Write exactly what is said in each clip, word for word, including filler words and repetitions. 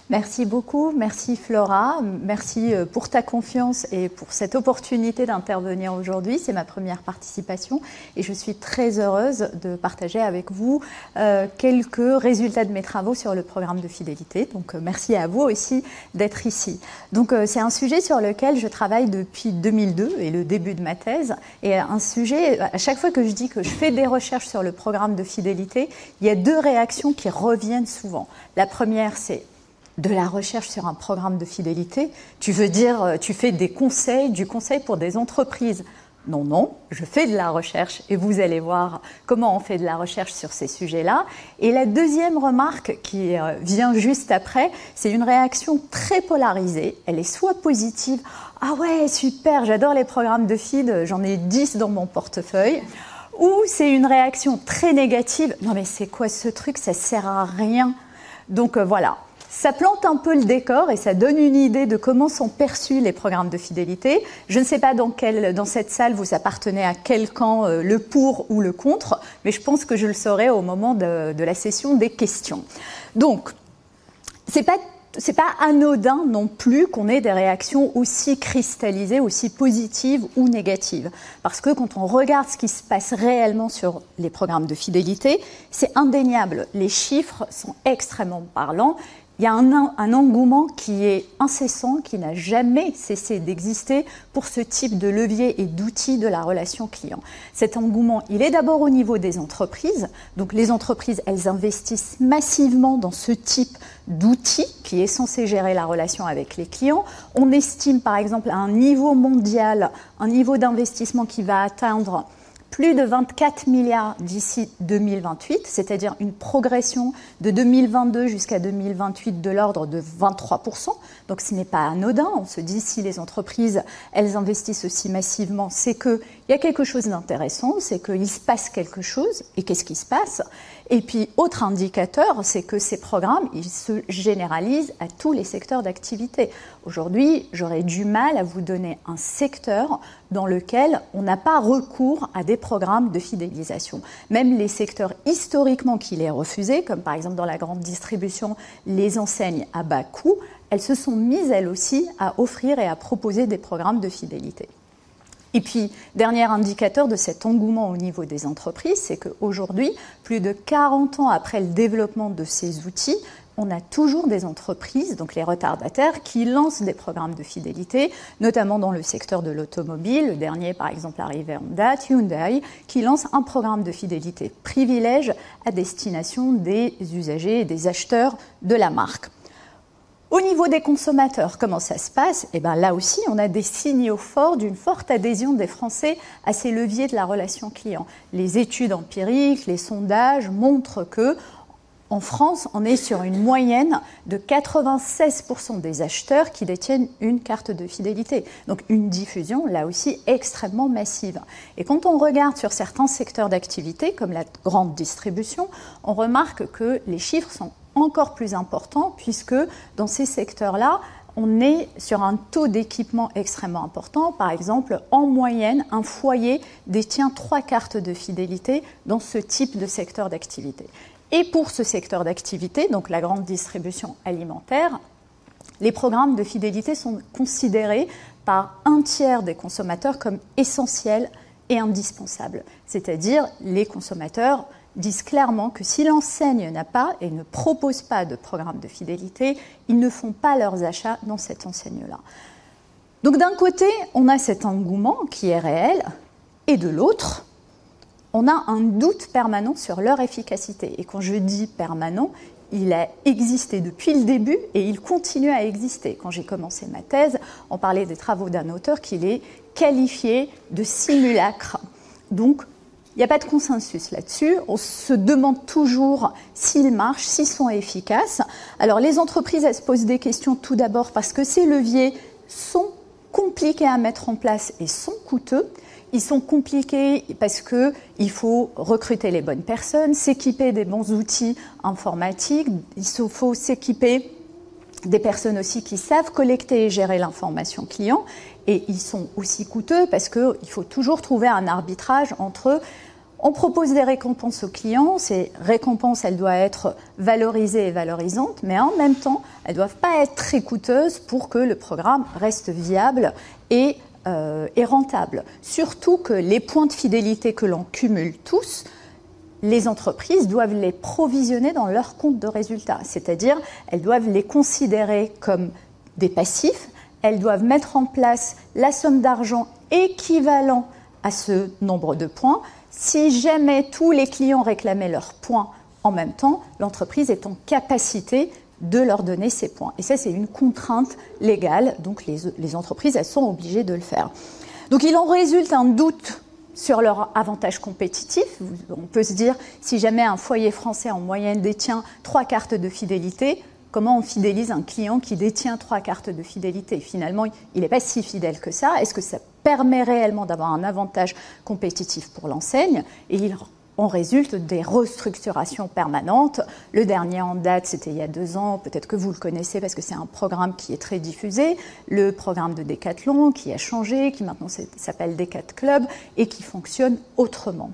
Merci beaucoup, merci Flora, merci pour ta confiance et pour cette opportunité d'intervenir aujourd'hui. C'est ma première participation et je suis très heureuse de partager avec vous euh, quelques résultats de mes travaux sur le programme de fidélité. Donc euh, merci à vous aussi d'être ici. Donc euh, c'est un sujet sur lequel je travaille depuis deux mille deux et le début de ma thèse. Et un sujet, à chaque fois que je dis que je fais des recherches sur le programme de fidélité, il y a deux réactions qui reviennent souvent. La première, c'est de la recherche sur un programme de fidélité. Tu veux dire, tu fais des conseils, du conseil pour des entreprises. Non, non, je fais de la recherche et vous allez voir comment on fait de la recherche sur ces sujets-là. Et la deuxième remarque qui vient juste après, c'est une réaction très polarisée. Elle est soit positive, « Ah ouais, super, j'adore les programmes de feed, j'en ai dix dans mon portefeuille », ou c'est une réaction très négative, « Non mais c'est quoi ce truc, ça sert à rien ». Donc euh, voilà. Ça plante un peu le décor et ça donne une idée de comment sont perçus les programmes de fidélité. Je ne sais pas dans, quel, dans cette salle vous appartenez à quel camp, euh, le pour ou le contre, mais je pense que je le saurai au moment de, de la session des questions. Donc, c'est pas c'est pas anodin non plus qu'on ait des réactions aussi cristallisées, aussi positives ou négatives. Parce que quand on regarde ce qui se passe réellement sur les programmes de fidélité, c'est indéniable. Les chiffres sont extrêmement parlants. Il y a un, un engouement qui est incessant, qui n'a jamais cessé d'exister pour ce type de levier et d'outils de la relation client. Cet engouement, il est d'abord au niveau des entreprises. Donc les entreprises, elles investissent massivement dans ce type d'outils qui est censé gérer la relation avec les clients. On estime par exemple à un niveau mondial, un niveau d'investissement qui va atteindre plus de vingt-quatre milliards d'ici deux mille vingt-huit, c'est-à-dire une progression de deux mille vingt-deux jusqu'à deux mille vingt-huit de l'ordre de vingt-trois pour cent. Donc ce n'est pas anodin. On se dit si les entreprises, elles investissent aussi massivement, c'est qu'il y a quelque chose d'intéressant, c'est qu'il se passe quelque chose. Et qu'est-ce qui se passe ? Et puis, autre indicateur, c'est que ces programmes, ils se généralisent à tous les secteurs d'activité. Aujourd'hui, j'aurais du mal à vous donner un secteur dans lequel on n'a pas recours à des programmes de fidélisation. Même les secteurs historiquement qui les refusaient, comme par exemple dans la grande distribution, les enseignes à bas coût, elles se sont mises elles aussi à offrir et à proposer des programmes de fidélité. Et puis, dernier indicateur de cet engouement au niveau des entreprises, c'est qu'aujourd'hui, plus de quarante ans après le développement de ces outils, on a toujours des entreprises, donc les retardataires, qui lancent des programmes de fidélité, notamment dans le secteur de l'automobile. Le dernier, par exemple, arrivé en date, Hyundai, qui lance un programme de fidélité privilège à destination des usagers et des acheteurs de la marque. Au niveau des consommateurs, comment ça se passe ? Eh bien, là aussi, on a des signaux forts d'une forte adhésion des Français à ces leviers de la relation client. Les études empiriques, les sondages montrent que en France, on est sur une moyenne de quatre-vingt-seize pour cent des acheteurs qui détiennent une carte de fidélité. Donc une diffusion, là aussi, extrêmement massive. Et quand on regarde sur certains secteurs d'activité, comme la grande distribution, on remarque que les chiffres sont encore plus importants puisque dans ces secteurs-là, on est sur un taux d'équipement extrêmement important. Par exemple, en moyenne, un foyer détient trois cartes de fidélité dans ce type de secteur d'activité. Et pour ce secteur d'activité, donc la grande distribution alimentaire, les programmes de fidélité sont considérés par un tiers des consommateurs comme essentiels et indispensables. C'est-à-dire, les consommateurs disent clairement que si l'enseigne n'a pas et ne propose pas de programme de fidélité, ils ne font pas leurs achats dans cette enseigne-là. Donc d'un côté, on a cet engouement qui est réel, et de l'autre, on a un doute permanent sur leur efficacité. Et quand je dis permanent, il a existé depuis le début et il continue à exister. Quand j'ai commencé ma thèse, on parlait des travaux d'un auteur qui les qualifiait de simulacres. Donc, il n'y a pas de consensus là-dessus. On se demande toujours s'ils marchent, s'ils sont efficaces. Alors, les entreprises, elles se posent des questions tout d'abord parce que ces leviers sont compliqués à mettre en place et sont coûteux. Ils sont compliqués parce qu'il faut recruter les bonnes personnes, s'équiper des bons outils informatiques, il faut s'équiper des personnes aussi qui savent collecter et gérer l'information client. Et ils sont aussi coûteux parce qu'il faut toujours trouver un arbitrage entre On propose des récompenses aux clients. Ces récompenses, elles doivent être valorisées et valorisantes, mais en même temps, elles ne doivent pas être très coûteuses pour que le programme reste viable et, euh, et rentable. Surtout que les points de fidélité que l'on cumule tous, les entreprises doivent les provisionner dans leur compte de résultats. C'est-à-dire, elles doivent les considérer comme des passifs. Elles doivent mettre en place la somme d'argent équivalent à ce nombre de points. Si jamais tous les clients réclamaient leurs points en même temps, l'entreprise est en capacité de leur donner ces points. Et ça, c'est une contrainte légale, donc les, les entreprises, elles sont obligées de le faire. Donc il en résulte un doute sur leur avantage compétitif. On peut se dire, si jamais un foyer français en moyenne détient trois cartes de fidélité, comment on fidélise un client qui détient trois cartes de fidélité? Finalement, il n'est pas si fidèle que ça. Est-ce que ça permet réellement d'avoir un avantage compétitif pour l'enseigne? Et il en résulte des restructurations permanentes. Le dernier en date, c'était il y a deux ans. Peut-être que vous le connaissez parce que c'est un programme qui est très diffusé. Le programme de Decathlon qui a changé, qui maintenant s'appelle Decat Club et qui fonctionne autrement.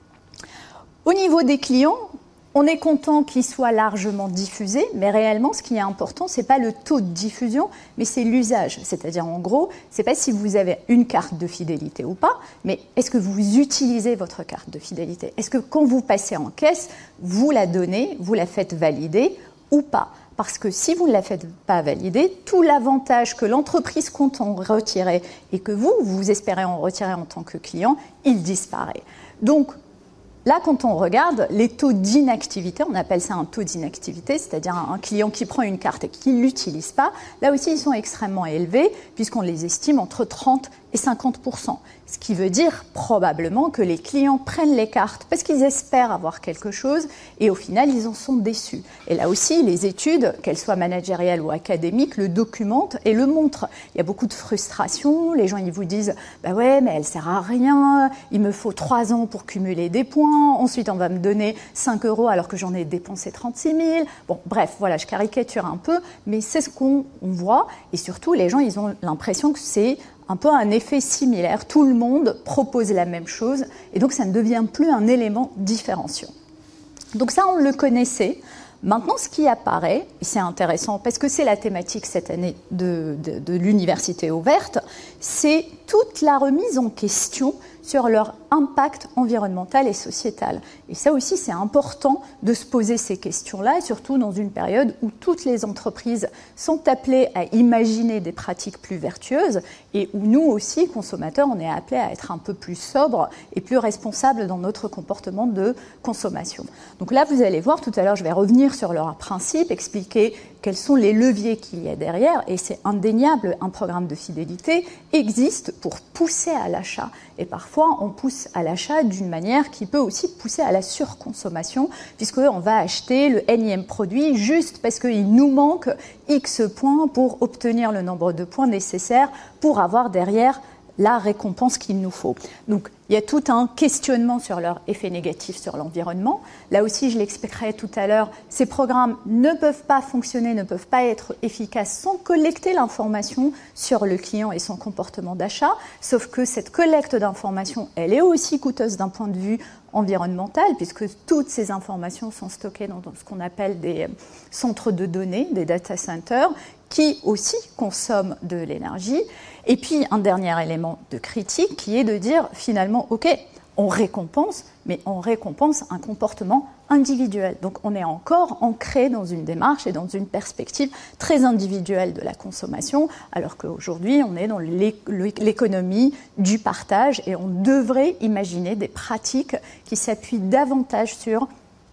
Au niveau des clients, on est content qu'il soit largement diffusé, mais réellement, ce qui est important, ce n'est pas le taux de diffusion, mais c'est l'usage. C'est-à-dire, en gros, ce n'est pas si vous avez une carte de fidélité ou pas, mais est-ce que vous utilisez votre carte de fidélité? Est-ce que quand vous passez en caisse, vous la donnez, vous la faites valider ou pas? Parce que si vous ne la faites pas valider, tout l'avantage que l'entreprise compte en retirer et que vous, vous espérez en retirer en tant que client, il disparaît. Donc, là, quand on regarde les taux d'inactivité, on appelle ça un taux d'inactivité, c'est-à-dire un client qui prend une carte et qui ne l'utilise pas, là aussi, ils sont extrêmement élevés puisqu'on les estime entre trente et cinquante pour cent. Ce qui veut dire probablement que les clients prennent les cartes parce qu'ils espèrent avoir quelque chose et au final, ils en sont déçus. Et là aussi, les études, qu'elles soient managériales ou académiques, le documentent et le montrent. Il y a beaucoup de frustration, les gens ils vous disent « bah ouais, mais elle ne sert à rien, il me faut trois ans pour cumuler des points, ensuite on va me donner cinq euros alors que j'en ai dépensé trente-six mille ». Bon, bref, voilà, je caricature un peu, mais c'est ce qu'on voit et surtout, les gens, ils ont l'impression que c'est un peu un effet similaire. Tout le monde propose la même chose et donc ça ne devient plus un élément différenciant. Donc ça, on le connaissait. Maintenant, ce qui apparaît, et c'est intéressant parce que c'est la thématique cette année de, de, de l'université ouverte, c'est toute la remise en question sur leur impact environnemental et sociétal. Et ça aussi, c'est important de se poser ces questions-là, surtout dans une période où toutes les entreprises sont appelées à imaginer des pratiques plus vertueuses et où nous aussi, consommateurs, on est appelés à être un peu plus sobres et plus responsables dans notre comportement de consommation. Donc là, vous allez voir, tout à l'heure, je vais revenir sur leur principe, expliquer quels sont les leviers qu'il y a derrière, et c'est indéniable, un programme de fidélité existe pour pousser à l'achat. Et parfois, on pousse à l'achat d'une manière qui peut aussi pousser à la surconsommation, puisqu'on va acheter le énième produit juste parce qu'il nous manque X points pour obtenir le nombre de points nécessaires pour avoir derrière la récompense qu'il nous faut. Donc, il y a tout un questionnement sur leur effet négatif sur l'environnement. Là aussi, je l'expliquerai tout à l'heure, ces programmes ne peuvent pas fonctionner, ne peuvent pas être efficaces sans collecter l'information sur le client et son comportement d'achat, sauf que cette collecte d'informations, elle est aussi coûteuse d'un point de vue environnemental, puisque toutes ces informations sont stockées dans ce qu'on appelle des centres de données, des data centers, qui aussi consomment de l'énergie. Et puis, un dernier élément de critique qui est de dire, finalement, OK, on récompense, mais on récompense un comportement individuel. Donc, on est encore ancré dans une démarche et dans une perspective très individuelle de la consommation, alors qu'aujourd'hui, on est dans l'économie du partage et on devrait imaginer des pratiques qui s'appuient davantage sur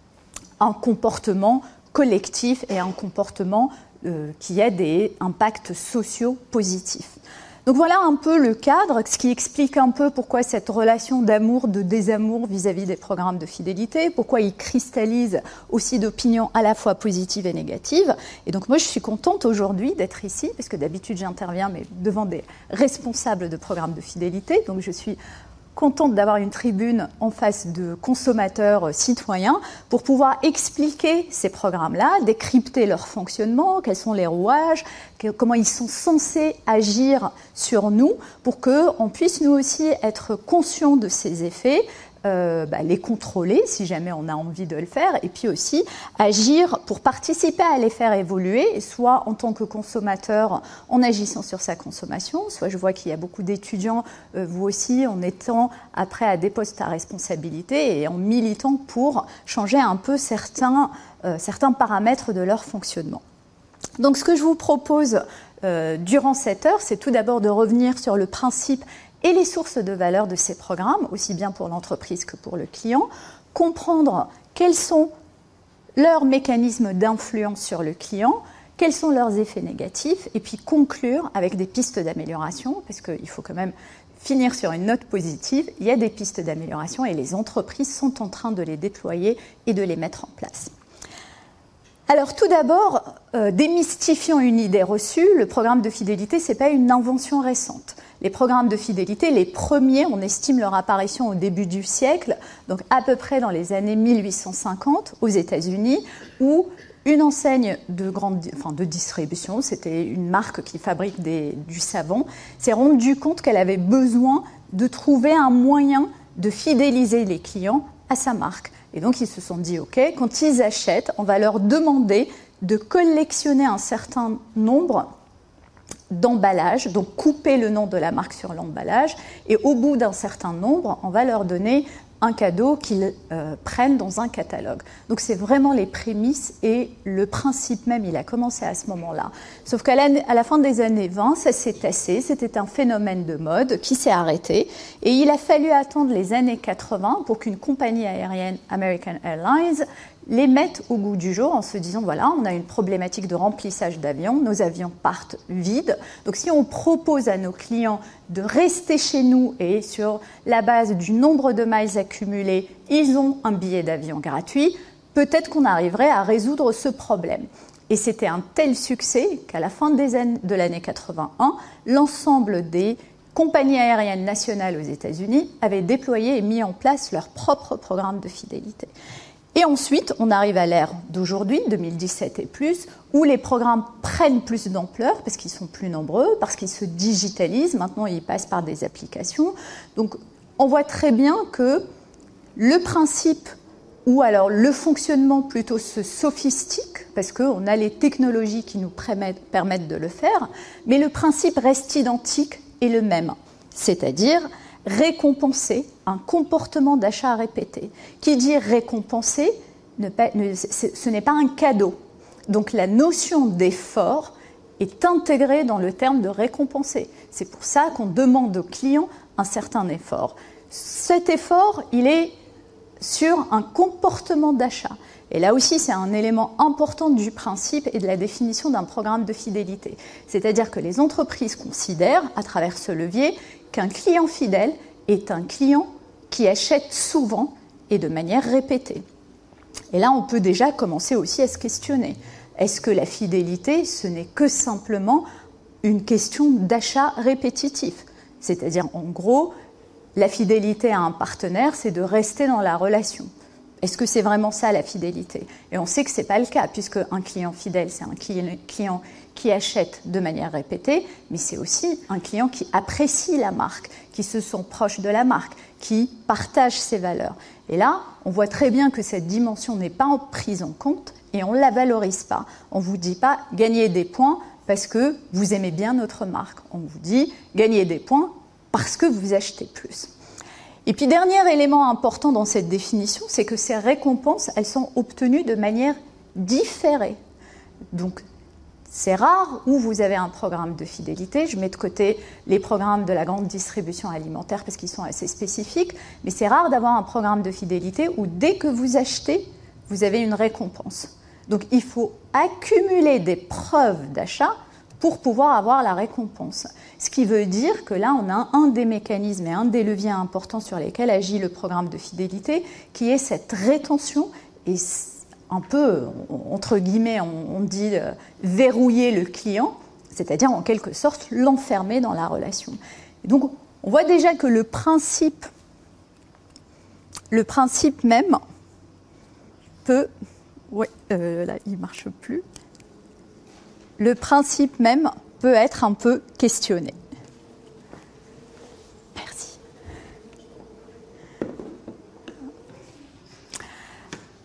un comportement collectif et un comportement euh, qui a des impacts sociaux positifs. Donc voilà un peu le cadre, ce qui explique un peu pourquoi cette relation d'amour, de désamour vis-à-vis des programmes de fidélité, pourquoi ils cristallisent aussi d'opinions à la fois positives et négatives. Et donc moi je suis contente aujourd'hui d'être ici, parce que d'habitude j'interviens mais devant des responsables de programmes de fidélité, donc je suis contente d'avoir une tribune en face de consommateurs citoyens pour pouvoir expliquer ces programmes-là, décrypter leur fonctionnement, quels sont les rouages, comment ils sont censés agir sur nous pour qu'on puisse nous aussi être conscients de ces effets, euh, bah, les contrôler si jamais on a envie de le faire, et puis aussi agir pour participer à les faire évoluer, soit en tant que consommateur en agissant sur sa consommation, soit je vois qu'il y a beaucoup d'étudiants, euh, vous aussi, en étant après à des postes à responsabilité et en militant pour changer un peu certains, euh, certains paramètres de leur fonctionnement. Donc ce que je vous propose euh, durant cette heure, c'est tout d'abord de revenir sur le principe et les sources de valeur de ces programmes, aussi bien pour l'entreprise que pour le client, comprendre quels sont leurs mécanismes d'influence sur le client, quels sont leurs effets négatifs, et puis conclure avec des pistes d'amélioration, parce qu'il faut quand même finir sur une note positive. Il y a des pistes d'amélioration et les entreprises sont en train de les déployer et de les mettre en place. Alors tout d'abord, euh, démystifions une idée reçue, le programme de fidélité, ce n'est pas une invention récente. Les programmes de fidélité, les premiers, on estime leur apparition au début du siècle, donc à peu près dans les années mille huit cent cinquante aux États-Unis, où une enseigne de, grande, enfin de distribution, c'était une marque qui fabrique des, du savon, s'est rendue compte qu'elle avait besoin de trouver un moyen de fidéliser les clients à sa marque. Et donc ils se sont dit, ok, quand ils achètent, on va leur demander de collectionner un certain nombre d'emballage, donc couper le nom de la marque sur l'emballage, et au bout d'un certain nombre, on va leur donner un cadeau qu'ils euh, prennent dans un catalogue. Donc c'est vraiment les prémices et le principe même, il a commencé à ce moment-là. Sauf qu'à la, à la fin des années vingt, ça s'est tassé, c'était un phénomène de mode qui s'est arrêté, et il a fallu attendre les années quatre-vingts pour qu'une compagnie aérienne, American Airlines, les mettent au goût du jour en se disant, voilà, on a une problématique de remplissage d'avions, nos avions partent vides. Donc si on propose à nos clients de rester chez nous et sur la base du nombre de miles accumulés, ils ont un billet d'avion gratuit, peut-être qu'on arriverait à résoudre ce problème. Et c'était un tel succès qu'à la fin des années, de l'année quatre-vingt-un, l'ensemble des compagnies aériennes nationales aux États-Unis avaient déployé et mis en place leur propre programme de fidélité. Et ensuite, on arrive à l'ère d'aujourd'hui, deux mille dix-sept et plus, où les programmes prennent plus d'ampleur parce qu'ils sont plus nombreux, parce qu'ils se digitalisent. Maintenant, ils passent par des applications. Donc, on voit très bien que le principe ou alors le fonctionnement plutôt se sophistique, parce qu'on a les technologies qui nous permettent de le faire, mais le principe reste identique et le même, c'est-à-dire récompenser un comportement d'achat répété. Qui dit récompenser, ne pas, ne, ce n'est pas un cadeau. Donc la notion d'effort est intégrée dans le terme de récompenser. C'est pour ça qu'on demande aux clients un certain effort. Cet effort, il est sur un comportement d'achat. Et là aussi, c'est un élément important du principe et de la définition d'un programme de fidélité. C'est-à-dire que les entreprises considèrent, à travers ce levier, qu'un client fidèle est un client qui achète souvent et de manière répétée. Et là, on peut déjà commencer aussi à se questionner. Est-ce que la fidélité, ce n'est que simplement une question d'achat répétitif? C'est-à-dire, en gros, la fidélité à un partenaire, c'est de rester dans la relation. Est-ce que c'est vraiment ça, la fidélité? Et on sait que ce n'est pas le cas, puisque un client fidèle, c'est un client qui achète de manière répétée, mais c'est aussi un client qui apprécie la marque, qui se sent proche de la marque, qui partage ses valeurs. Et là, on voit très bien que cette dimension n'est pas prise en compte et on ne la valorise pas. On ne vous dit pas « gagnez des points parce que vous aimez bien notre marque ». On vous dit « gagnez des points parce que vous achetez plus ». Et puis, dernier élément important dans cette définition, c'est que ces récompenses, elles sont obtenues de manière différée. Donc, c'est rare où vous avez un programme de fidélité. Je mets de côté les programmes de la grande distribution alimentaire parce qu'ils sont assez spécifiques, mais c'est rare d'avoir un programme de fidélité où dès que vous achetez, vous avez une récompense. Donc, il faut accumuler des preuves d'achat pour pouvoir avoir la récompense. Ce qui veut dire que là, on a un des mécanismes et un des leviers importants sur lesquels agit le programme de fidélité, qui est cette rétention et un peu, entre guillemets, on dit euh, verrouiller le client, c'est-à-dire en quelque sorte l'enfermer dans la relation. Et donc, on voit déjà que le principe, le principe même peut... Oui, euh, là, il ne marche plus. Le principe même peut être un peu questionné. Merci.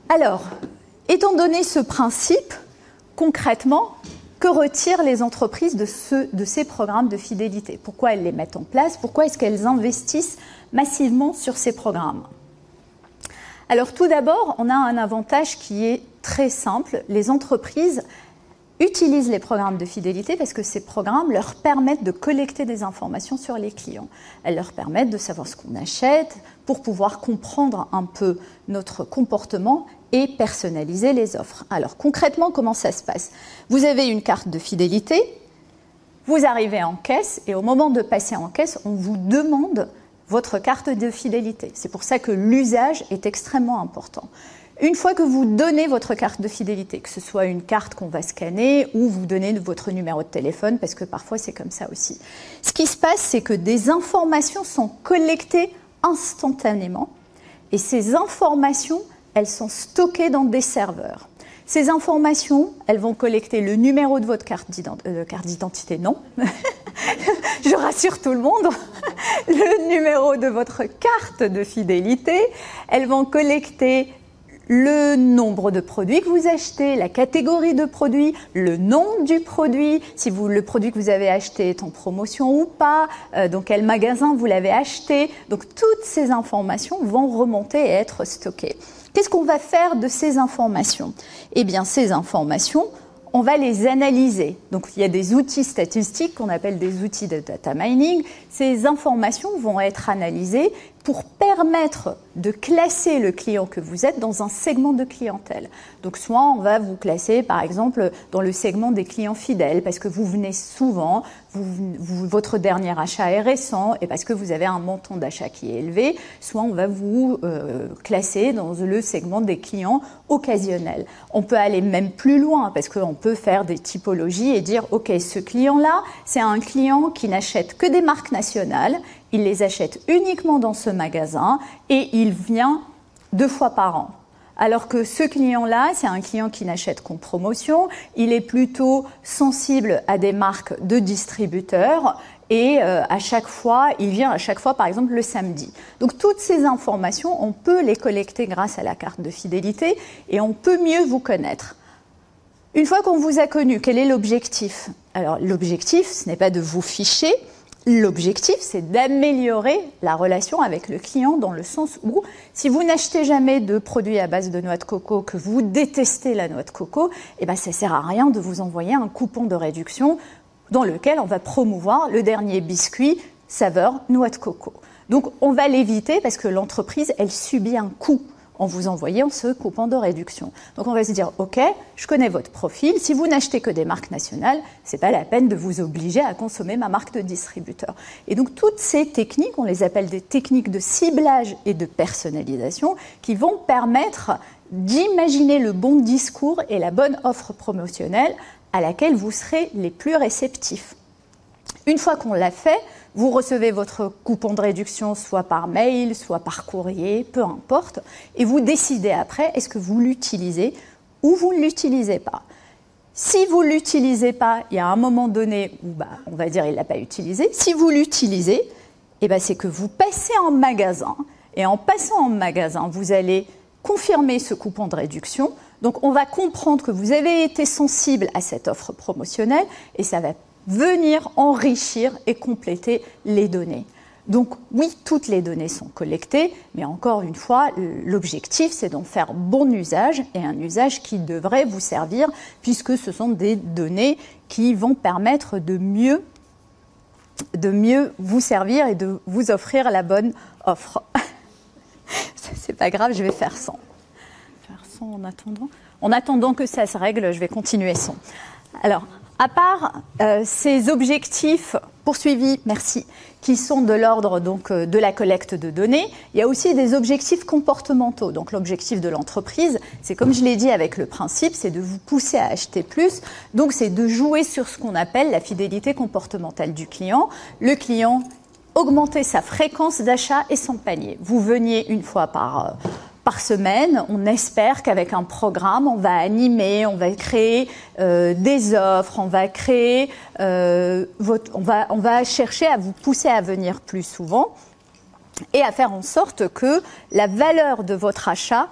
Alors, étant donné ce principe, concrètement, que retirent les entreprises de, ce, de ces programmes de fidélité? Pourquoi elles les mettent en place? Pourquoi est-ce qu'elles investissent massivement sur ces programmes? Alors tout d'abord, on a un avantage qui est très simple. Les entreprises utilisent les programmes de fidélité parce que ces programmes leur permettent de collecter des informations sur les clients. Elles leur permettent de savoir ce qu'on achète pour pouvoir comprendre un peu notre comportement et personnaliser les offres. Alors concrètement, comment ça se passe? Vous avez une carte de fidélité, vous arrivez en caisse et au moment de passer en caisse, on vous demande votre carte de fidélité. C'est pour ça que l'usage est extrêmement important. Une fois que vous donnez votre carte de fidélité, que ce soit une carte qu'on va scanner ou vous donnez votre numéro de téléphone, parce que parfois c'est comme ça aussi. Ce qui se passe, c'est que des informations sont collectées instantanément et ces informations, elles sont stockées dans des serveurs. Ces informations, elles vont collecter le numéro de votre carte d'identité, non. Je rassure tout le monde, le numéro de votre carte de fidélité, elles vont collecter le nombre de produits que vous achetez, la catégorie de produits, le nom du produit, si vous, le produit que vous avez acheté est en promotion ou pas, euh, dans quel magasin vous l'avez acheté. Donc toutes ces informations vont remonter et être stockées. Qu'est-ce qu'on va faire de ces informations? Eh bien, ces informations, on va les analyser. Donc, il y a des outils statistiques qu'on appelle des outils de data mining. Ces informations vont être analysées pour permettre de classer le client que vous êtes dans un segment de clientèle. Donc, soit on va vous classer, par exemple, dans le segment des clients fidèles, parce que vous venez souvent, vous, vous, votre dernier achat est récent, et parce que vous avez un montant d'achat qui est élevé, soit on va vous euh, classer dans le segment des clients occasionnels. On peut aller même plus loin, parce qu'on peut faire des typologies et dire, OK, ce client-là, c'est un client qui n'achète que des marques nationales, il les achète uniquement dans ce magasin et il vient deux fois par an. Alors que ce client-là, c'est un client qui n'achète qu'en promotion, il est plutôt sensible à des marques de distributeurs et euh, à chaque fois, il vient à chaque fois, par exemple, le samedi. Donc toutes ces informations, on peut les collecter grâce à la carte de fidélité et on peut mieux vous connaître. Une fois qu'on vous a connu, quel est l'objectif? Alors l'objectif, ce n'est pas de vous ficher. L'objectif, c'est d'améliorer la relation avec le client dans le sens où, si vous n'achetez jamais de produits à base de noix de coco, que vous détestez la noix de coco, eh ben, ça ne sert à rien de vous envoyer un coupon de réduction dans lequel on va promouvoir le dernier biscuit saveur noix de coco. Donc, on va l'éviter parce que l'entreprise, elle subit un coût en vous envoyant ce coupon de réduction. Donc on va se dire, OK, je connais votre profil, si vous n'achetez que des marques nationales, c'est pas la peine de vous obliger à consommer ma marque de distributeur. Et donc toutes ces techniques, on les appelle des techniques de ciblage et de personnalisation, qui vont permettre d'imaginer le bon discours et la bonne offre promotionnelle à laquelle vous serez les plus réceptifs. Une fois qu'on l'a fait, vous recevez votre coupon de réduction soit par mail, soit par courrier, peu importe, et vous décidez après, est-ce que vous l'utilisez ou vous ne l'utilisez pas. Si vous ne l'utilisez pas, il y a un moment donné où bah, on va dire il ne l'a pas utilisé. Si vous l'utilisez, eh ben, c'est que vous passez en magasin, et en passant en magasin, vous allez confirmer ce coupon de réduction. Donc on va comprendre que vous avez été sensible à cette offre promotionnelle, et ça va venir enrichir et compléter les données. Donc oui, toutes les données sont collectées, mais encore une fois, l'objectif c'est d'en faire bon usage et un usage qui devrait vous servir puisque ce sont des données qui vont permettre de mieux, de mieux vous servir et de vous offrir la bonne offre. C'est pas grave, je vais faire sans. Faire sans en attendant. En attendant que ça se règle, je vais continuer sans. Alors, à part euh, ces objectifs poursuivis, merci, qui sont de l'ordre donc euh, de la collecte de données, il y a aussi des objectifs comportementaux. Donc l'objectif de l'entreprise, c'est comme je l'ai dit avec le principe, c'est de vous pousser à acheter plus. Donc c'est de jouer sur ce qu'on appelle la fidélité comportementale du client. Le client, augmenter sa fréquence d'achat et son panier. Vous veniez une fois par... Euh, Par semaine, on espère qu'avec un programme, on va animer, on va créer euh, des offres, on va créer, euh, votre, on va, on va chercher à vous pousser à venir plus souvent et à faire en sorte que la valeur de votre achat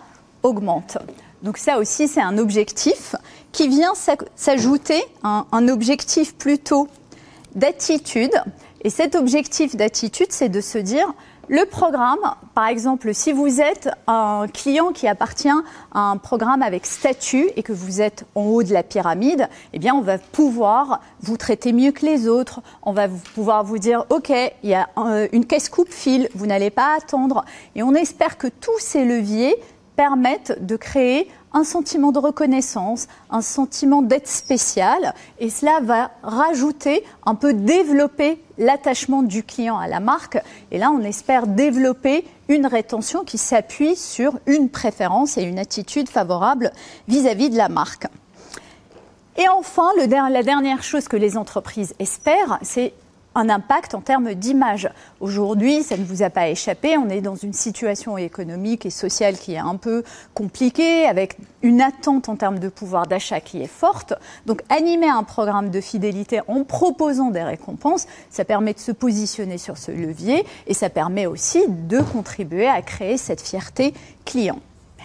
augmente. Donc ça aussi, c'est un objectif qui vient s'ajouter à un objectif plutôt d'attitude. Et cet objectif d'attitude, c'est de se dire, le programme, par exemple, si vous êtes un client qui appartient à un programme avec statut et que vous êtes en haut de la pyramide, eh bien, on va pouvoir vous traiter mieux que les autres. On va pouvoir vous dire, OK, il y a une caisse coupe-fil, vous n'allez pas attendre. Et on espère que tous ces leviers permettent de créer un sentiment de reconnaissance, un sentiment d'être spécial, et cela va rajouter, un peu développer l'attachement du client à la marque. Et là, on espère développer une rétention qui s'appuie sur une préférence et une attitude favorable vis-à-vis de la marque. Et enfin, le, la dernière chose que les entreprises espèrent, c'est un impact en termes d'image. Aujourd'hui, ça ne vous a pas échappé, on est dans une situation économique et sociale qui est un peu compliquée, avec une attente en termes de pouvoir d'achat qui est forte. Donc, animer un programme de fidélité en proposant des récompenses, ça permet de se positionner sur ce levier et ça permet aussi de contribuer à créer cette fierté client.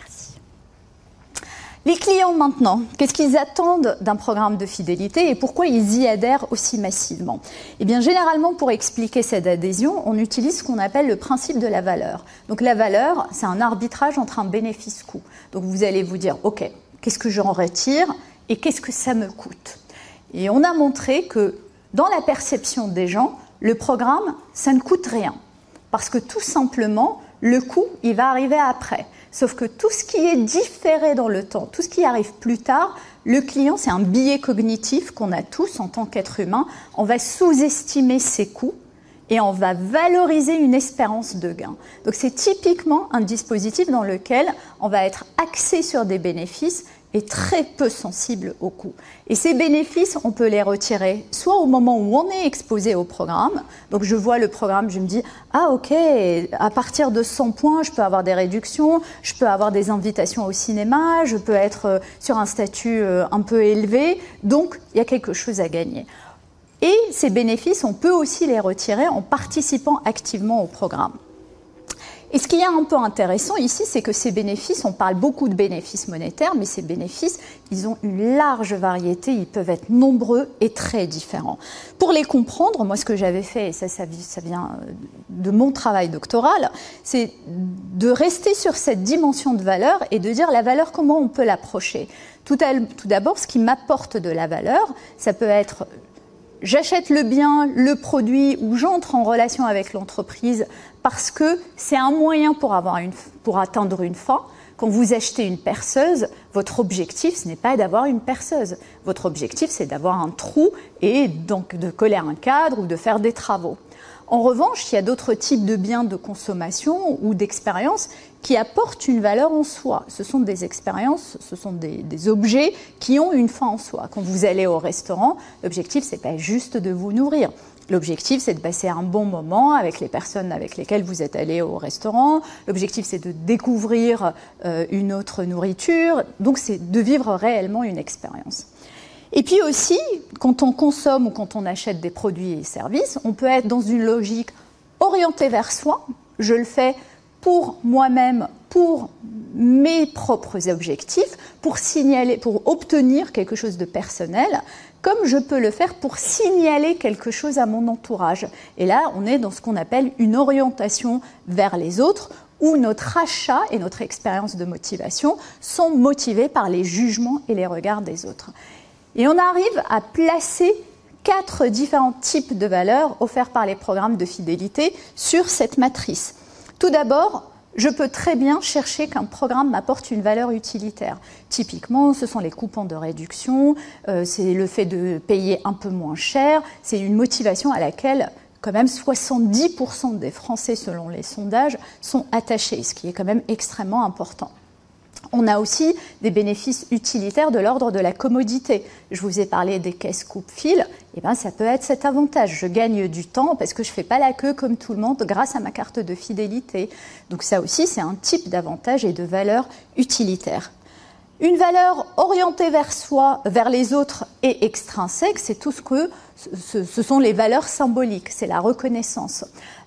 Les clients maintenant, qu'est-ce qu'ils attendent d'un programme de fidélité et pourquoi ils y adhèrent aussi massivement? Eh bien, généralement, pour expliquer cette adhésion, on utilise ce qu'on appelle le principe de la valeur. Donc, la valeur, c'est un arbitrage entre un bénéfice-coût. Donc, vous allez vous dire, OK, qu'est-ce que j'en retire et qu'est-ce que ça me coûte? Et on a montré que dans la perception des gens, le programme, ça ne coûte rien. Parce que tout simplement, le coût, il va arriver après. Sauf que tout ce qui est différé dans le temps, tout ce qui arrive plus tard, le client, c'est un biais cognitif qu'on a tous en tant qu'être humain. On va sous-estimer ses coûts et on va valoriser une espérance de gain. Donc c'est typiquement un dispositif dans lequel on va être axé sur des bénéfices et très peu sensible aux coûts. Et ces bénéfices, on peut les retirer soit au moment où on est exposé au programme. Donc je vois le programme, je me dis « Ah ok, à partir de cent points, je peux avoir des réductions, je peux avoir des invitations au cinéma, je peux être sur un statut un peu élevé, donc il y a quelque chose à gagner. » Et ces bénéfices, on peut aussi les retirer en participant activement au programme. Et ce qui est un peu intéressant ici, c'est que ces bénéfices, on parle beaucoup de bénéfices monétaires, mais ces bénéfices, ils ont une large variété, ils peuvent être nombreux et très différents. Pour les comprendre, moi ce que j'avais fait, et ça, ça vient de mon travail doctoral, c'est de rester sur cette dimension de valeur et de dire la valeur, comment on peut l'approcher. Tout d'abord, ce qui m'apporte de la valeur, ça peut être... J'achète le bien, le produit, ou j'entre en relation avec l'entreprise parce que c'est un moyen pour, avoir une, pour atteindre une fin. Quand vous achetez une perceuse, votre objectif, ce n'est pas d'avoir une perceuse. Votre objectif, c'est d'avoir un trou et donc de coller un cadre ou de faire des travaux. En revanche, il y a d'autres types de biens de consommation ou d'expériences qui apportent une valeur en soi. Ce sont des expériences, ce sont des, des objets qui ont une fin en soi. Quand vous allez au restaurant, l'objectif, ce n'est pas juste de vous nourrir. L'objectif, c'est de passer un bon moment avec les personnes avec lesquelles vous êtes allé au restaurant. L'objectif, c'est de découvrir euh, une autre nourriture. Donc, c'est de vivre réellement une expérience. Et puis aussi, quand on consomme ou quand on achète des produits et services, on peut être dans une logique orientée vers soi. Je le fais pour moi-même, pour mes propres objectifs, pour signaler, pour obtenir quelque chose de personnel, comme je peux le faire pour signaler quelque chose à mon entourage. Et là, on est dans ce qu'on appelle une orientation vers les autres, où notre achat et notre expérience de motivation sont motivés par les jugements et les regards des autres. Et on arrive à placer quatre différents types de valeurs offerts par les programmes de fidélité sur cette matrice. Tout d'abord, je peux très bien chercher qu'un programme m'apporte une valeur utilitaire. Typiquement, ce sont les coupons de réduction, euh, c'est le fait de payer un peu moins cher, c'est une motivation à laquelle quand même soixante-dix pour cent des Français, selon les sondages, sont attachés, ce qui est quand même extrêmement important. On a aussi des bénéfices utilitaires de l'ordre de la commodité. Je vous ai parlé des caisses coupe-fil, et ben ça peut être cet avantage. Je gagne du temps parce que je ne fais pas la queue comme tout le monde grâce à ma carte de fidélité. Donc ça aussi, c'est un type d'avantage et de valeur utilitaire. Une valeur orientée vers soi, vers les autres et extrinsèque, c'est tout ce que ce, ce sont les valeurs symboliques, c'est la reconnaissance.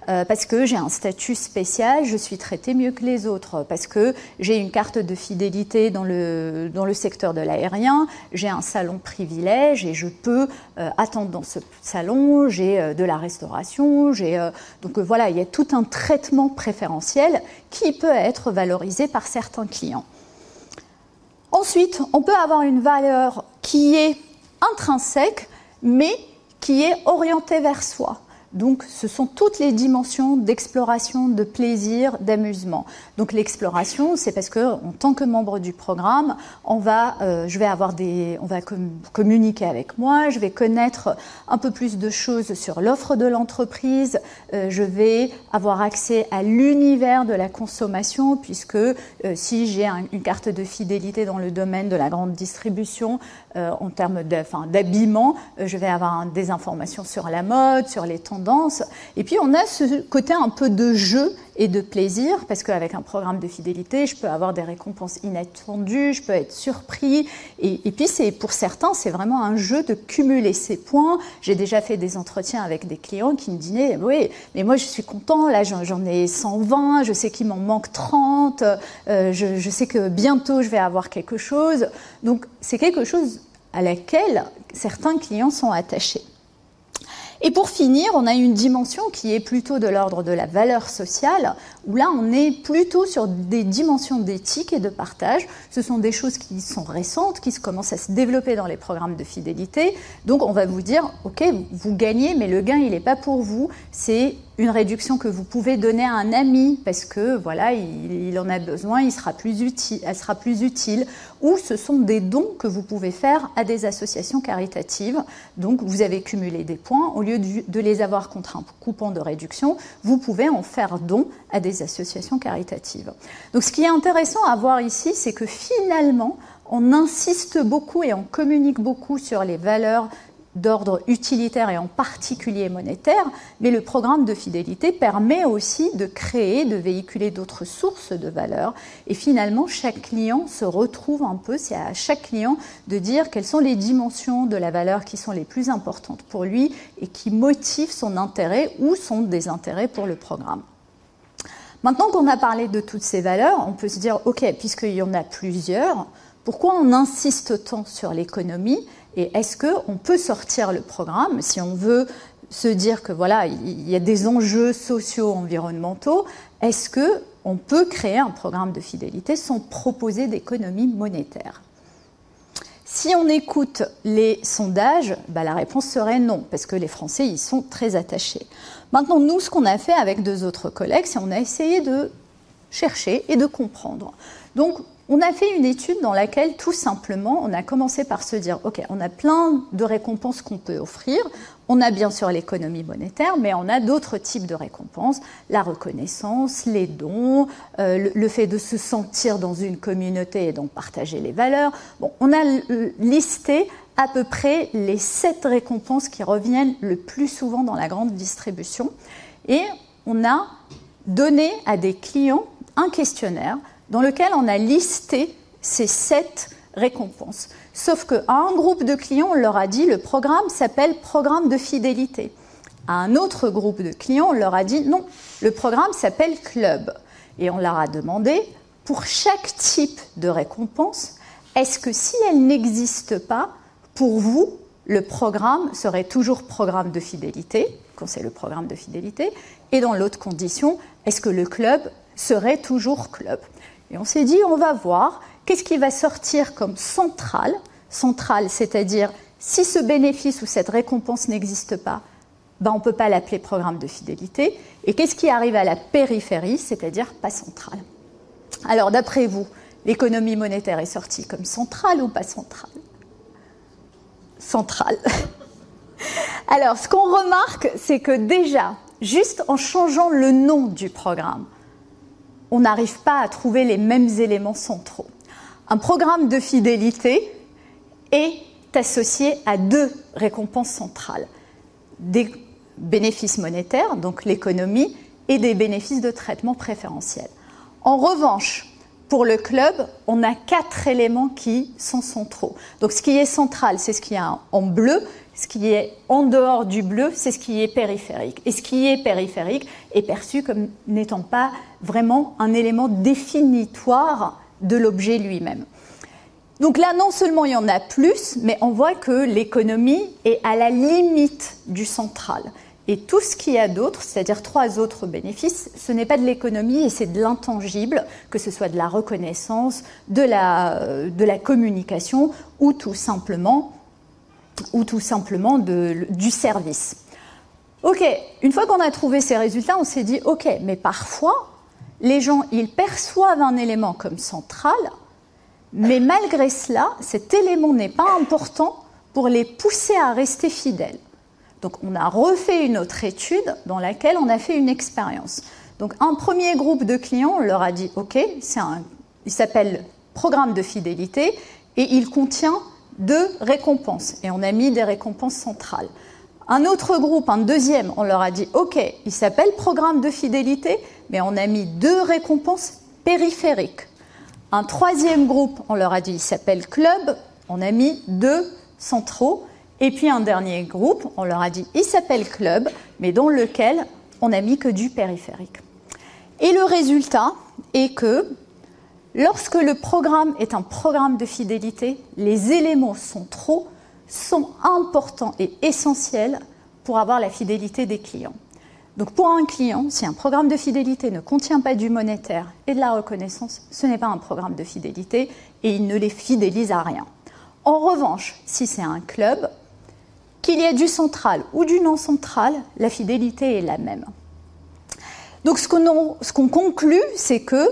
euh, parce que j'ai un statut spécial, je suis traité mieux que les autres, parce que j'ai une carte de fidélité dans le, dans le secteur de l'aérien, j'ai un salon privilège et je peux euh, attendre dans ce salon, j'ai euh, de la restauration, j'ai, euh, donc euh, voilà, il y a tout un traitement préférentiel qui peut être valorisé par certains clients. Ensuite, on peut avoir une valeur qui est intrinsèque, mais qui est orientée vers soi. Donc, ce sont toutes les dimensions d'exploration, de plaisir, d'amusement. Donc, l'exploration, c'est parce que, en tant que membre du programme, on va, euh, je vais avoir des, on va com- communiquer avec moi, je vais connaître un peu plus de choses sur l'offre de l'entreprise, euh, je vais avoir accès à l'univers de la consommation, puisque euh, si j'ai un, une carte de fidélité dans le domaine de la grande distribution, euh, en termes de, enfin, d'habillement, euh, je vais avoir un, des informations sur la mode, sur les tendances. Et puis on a ce côté un peu de jeu et de plaisir, parce qu'avec un programme de fidélité, je peux avoir des récompenses inattendues, je peux être surpris. Et, et puis c'est, pour certains, c'est vraiment un jeu de cumuler ces points. J'ai déjà fait des entretiens avec des clients qui me disaient « Oui, mais moi je suis content, là j'en, j'en ai cent vingt, je sais qu'il m'en manque trente, euh, je, je sais que bientôt je vais avoir quelque chose. » Donc c'est quelque chose à laquelle certains clients sont attachés. Et pour finir, on a une dimension qui est plutôt de l'ordre de la valeur sociale, où là, on est plutôt sur des dimensions d'éthique et de partage. Ce sont des choses qui sont récentes, qui se commencent à se développer dans les programmes de fidélité. Donc, on va vous dire, OK, vous gagnez, mais le gain, il n'est pas pour vous. C'est une réduction que vous pouvez donner à un ami parce que, voilà, il, il en a besoin, il sera plus utile, elle sera plus utile. Ou ce sont des dons que vous pouvez faire à des associations caritatives. Donc, vous avez cumulé des points. Au lieu de les avoir contre un coupon de réduction, vous pouvez en faire don à des associations caritatives. Donc, ce qui est intéressant à voir ici, c'est que finalement, on insiste beaucoup et on communique beaucoup sur les valeurs d'ordre utilitaire et en particulier monétaire, mais le programme de fidélité permet aussi de créer, de véhiculer d'autres sources de valeur. Et finalement, chaque client se retrouve un peu, c'est à chaque client de dire quelles sont les dimensions de la valeur qui sont les plus importantes pour lui et qui motivent son intérêt ou son désintérêt pour le programme. Maintenant qu'on a parlé de toutes ces valeurs, on peut se dire, OK, puisqu'il y en a plusieurs, pourquoi on insiste tant sur l'économie ? Et est-ce qu'on peut sortir le programme si on veut se dire que voilà, il y a des enjeux sociaux, environnementaux? Est-ce qu'on peut créer un programme de fidélité sans proposer d'économie monétaire? Si on écoute les sondages, bah la réponse serait non, parce que les Français y sont très attachés. Maintenant, nous, ce qu'on a fait avec deux autres collègues, c'est qu'on a essayé de chercher et de comprendre. Donc, on a fait une étude dans laquelle, tout simplement, on a commencé par se dire, OK, on a plein de récompenses qu'on peut offrir. On a bien sûr l'économie monétaire, mais on a d'autres types de récompenses, la reconnaissance, les dons, euh, le, le fait de se sentir dans une communauté et donc partager les valeurs. Bon, on a listé à peu près les sept récompenses qui reviennent le plus souvent dans la grande distribution. Et on a donné à des clients un questionnaire dans lequel on a listé ces sept récompenses. Sauf qu'à un groupe de clients, on leur a dit le programme s'appelle programme de fidélité. À un autre groupe de clients, on leur a dit non, le programme s'appelle club. Et on leur a demandé, pour chaque type de récompense, est-ce que si elle n'existe pas, pour vous, le programme serait toujours programme de fidélité, quand c'est le programme de fidélité, et dans l'autre condition, est-ce que le club serait toujours club? Et on s'est dit, on va voir qu'est-ce qui va sortir comme central, central, c'est-à-dire si ce bénéfice ou cette récompense n'existe pas, ben on ne peut pas l'appeler programme de fidélité, et qu'est-ce qui arrive à la périphérie, c'est-à-dire pas central. Alors d'après vous, l'économie monétaire est sortie comme centrale ou pas centrale? Centrale. Alors ce qu'on remarque, c'est que déjà, juste en changeant le nom du programme, on n'arrive pas à trouver les mêmes éléments centraux. Un programme de fidélité est associé à deux récompenses centrales. Des bénéfices monétaires, donc l'économie, et des bénéfices de traitement préférentiel. En revanche, pour le club, on a quatre éléments qui sont centraux. Donc ce qui est central, c'est ce qui est en bleu. Ce qui est en dehors du bleu, c'est ce qui est périphérique. Et ce qui est périphérique est perçu comme n'étant pas vraiment un élément définitoire de l'objet lui-même. Donc là, non seulement il y en a plus, mais on voit que l'économie est à la limite du central. Et tout ce qu'il y a d'autre, c'est-à-dire trois autres bénéfices, ce n'est pas de l'économie et c'est de l'intangible, que ce soit de la reconnaissance, de la, de la communication ou tout simplement, ou tout simplement de, du service. Ok, une fois qu'on a trouvé ces résultats, on s'est dit, ok, mais parfois, les gens, ils perçoivent un élément comme central, mais malgré cela, cet élément n'est pas important pour les pousser à rester fidèles. Donc, on a refait une autre étude dans laquelle on a fait une expérience. Donc, un premier groupe de clients, on leur a dit, ok, c'est un, il s'appelle programme de fidélité et il contient deux récompenses. Et on a mis des récompenses centrales. Un autre groupe, un deuxième, on leur a dit, ok, il s'appelle programme de fidélité, mais on a mis deux récompenses périphériques. Un troisième groupe, on leur a dit, il s'appelle club, on a mis deux centraux. Et puis un dernier groupe, on leur a dit, il s'appelle club, mais dans lequel on n'a mis que du périphérique. Et le résultat est que lorsque le programme est un programme de fidélité, les éléments centraux sont importants et essentiels pour avoir la fidélité des clients. Donc pour un client, si un programme de fidélité ne contient pas du monétaire et de la reconnaissance, ce n'est pas un programme de fidélité et il ne les fidélise à rien. En revanche, si c'est un club, qu'il y ait du central ou du non central, la fidélité est la même. Donc ce qu'on, ce qu'on conclut, c'est que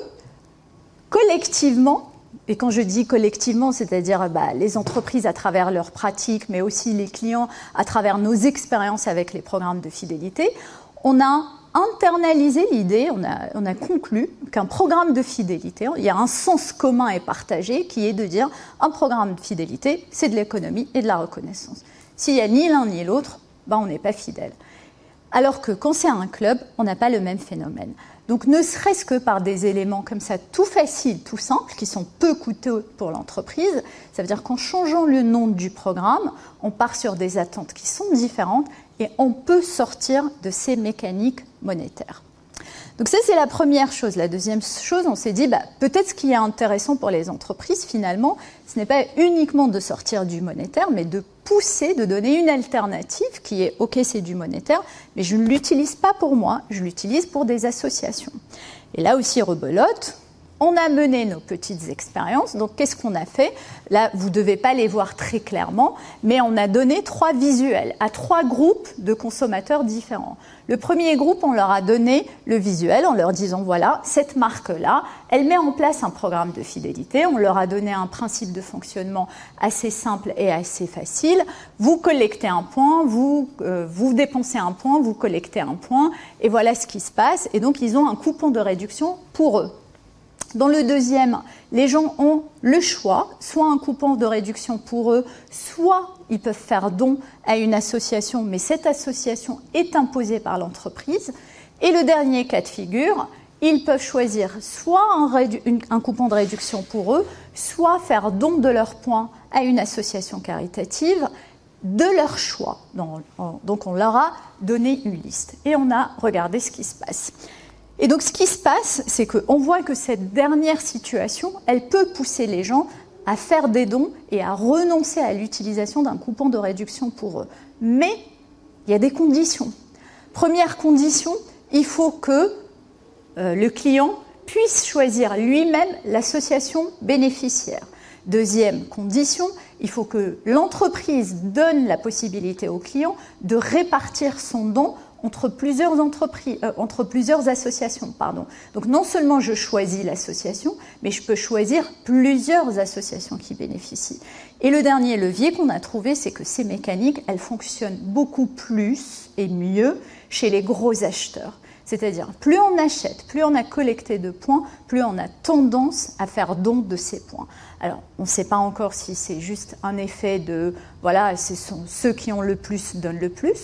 collectivement, et quand je dis collectivement, c'est-à-dire bah, les entreprises à travers leurs pratiques, mais aussi les clients à travers nos expériences avec les programmes de fidélité, on a internalisé l'idée, on a, on a conclu qu'un programme de fidélité, il y a un sens commun et partagé qui est de dire un programme de fidélité, c'est de l'économie et de la reconnaissance. S'il n'y a ni l'un ni l'autre, ben on n'est pas fidèle. Alors que quand c'est un club, on n'a pas le même phénomène. Donc ne serait-ce que par des éléments comme ça, tout faciles, tout simples, qui sont peu coûteux pour l'entreprise, ça veut dire qu'en changeant le nom du programme, on part sur des attentes qui sont différentes et on peut sortir de ces mécaniques monétaires. Donc ça, c'est la première chose. La deuxième chose, on s'est dit, bah, peut-être ce qui est intéressant pour les entreprises, finalement, ce n'est pas uniquement de sortir du monétaire, mais de pousser, de donner une alternative qui est, ok, c'est du monétaire, mais je ne l'utilise pas pour moi, je l'utilise pour des associations. Et là aussi, rebelote, on a mené nos petites expériences. Donc, qu'est-ce qu'on a fait? Là, vous ne devez pas les voir très clairement, mais on a donné trois visuels à trois groupes de consommateurs différents. Le premier groupe, on leur a donné le visuel en leur disant, voilà, cette marque-là, elle met en place un programme de fidélité. On leur a donné un principe de fonctionnement assez simple et assez facile. Vous collectez un point, vous, euh, vous dépensez un point, vous collectez un point, et voilà ce qui se passe. Et donc, ils ont un coupon de réduction pour eux. Dans le deuxième, les gens ont le choix, soit un coupon de réduction pour eux, soit ils peuvent faire don à une association, mais cette association est imposée par l'entreprise. Et le dernier cas de figure, ils peuvent choisir soit un, rédu- une, un coupon de réduction pour eux, soit faire don de leurs points à une association caritative de leur choix. Donc, on, donc on leur a donné une liste et on a regardé ce qui se passe. Et donc, ce qui se passe, c'est qu'on voit que cette dernière situation, elle peut pousser les gens à faire des dons et à renoncer à l'utilisation d'un coupon de réduction pour eux. Mais il y a des conditions. Première condition, il faut que euh, le client puisse choisir lui-même l'association bénéficiaire. Deuxième condition, il faut que l'entreprise donne la possibilité au client de répartir son don entre plusieurs entreprises, euh, entre plusieurs associations, pardon. Donc non seulement je choisis l'association, mais je peux choisir plusieurs associations qui bénéficient. Et le dernier levier qu'on a trouvé, c'est que ces mécaniques, elles fonctionnent beaucoup plus et mieux chez les gros acheteurs. C'est-à-dire, plus on achète, plus on a collecté de points, plus on a tendance à faire don de ces points. Alors, on ne sait pas encore si c'est juste un effet de, voilà, ce sont ceux qui ont le plus donnent le plus,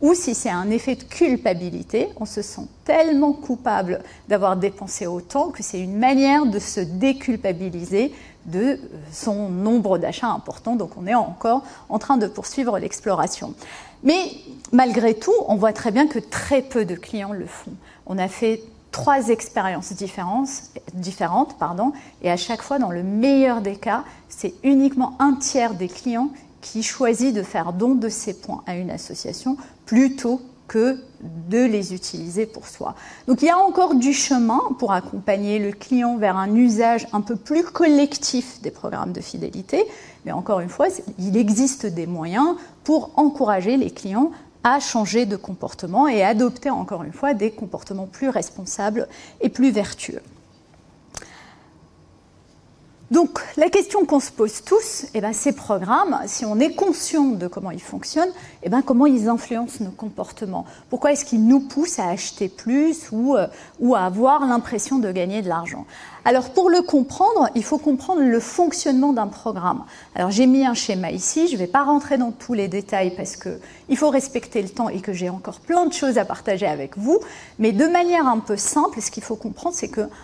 ou si c'est un effet de culpabilité, on se sent tellement coupable d'avoir dépensé autant que c'est une manière de se déculpabiliser de son nombre d'achats important. Donc on est encore en train de poursuivre l'exploration. Mais malgré tout, on voit très bien que très peu de clients le font. On a fait trois expériences différentes, pardon, et à chaque fois, dans le meilleur des cas, c'est uniquement un tiers des clients qui choisit de faire don de ses points à une association plutôt que de les utiliser pour soi. Donc il y a encore du chemin pour accompagner le client vers un usage un peu plus collectif des programmes de fidélité, mais encore une fois, il existe des moyens pour encourager les clients à changer de comportement et adopter encore une fois des comportements plus responsables et plus vertueux. Donc la question qu'on se pose tous, eh ben, ces programmes, si on est conscient de comment ils fonctionnent, eh ben, comment ils influencent nos comportements? Pourquoi est-ce qu'ils nous poussent à acheter plus ou, euh, ou à avoir l'impression de gagner de l'argent? Alors pour le comprendre, il faut comprendre le fonctionnement d'un programme. Alors j'ai mis un schéma ici, je ne vais pas rentrer dans tous les détails parce qu'il faut respecter le temps et que j'ai encore plein de choses à partager avec vous, mais de manière un peu simple, ce qu'il faut comprendre, c'est qu'un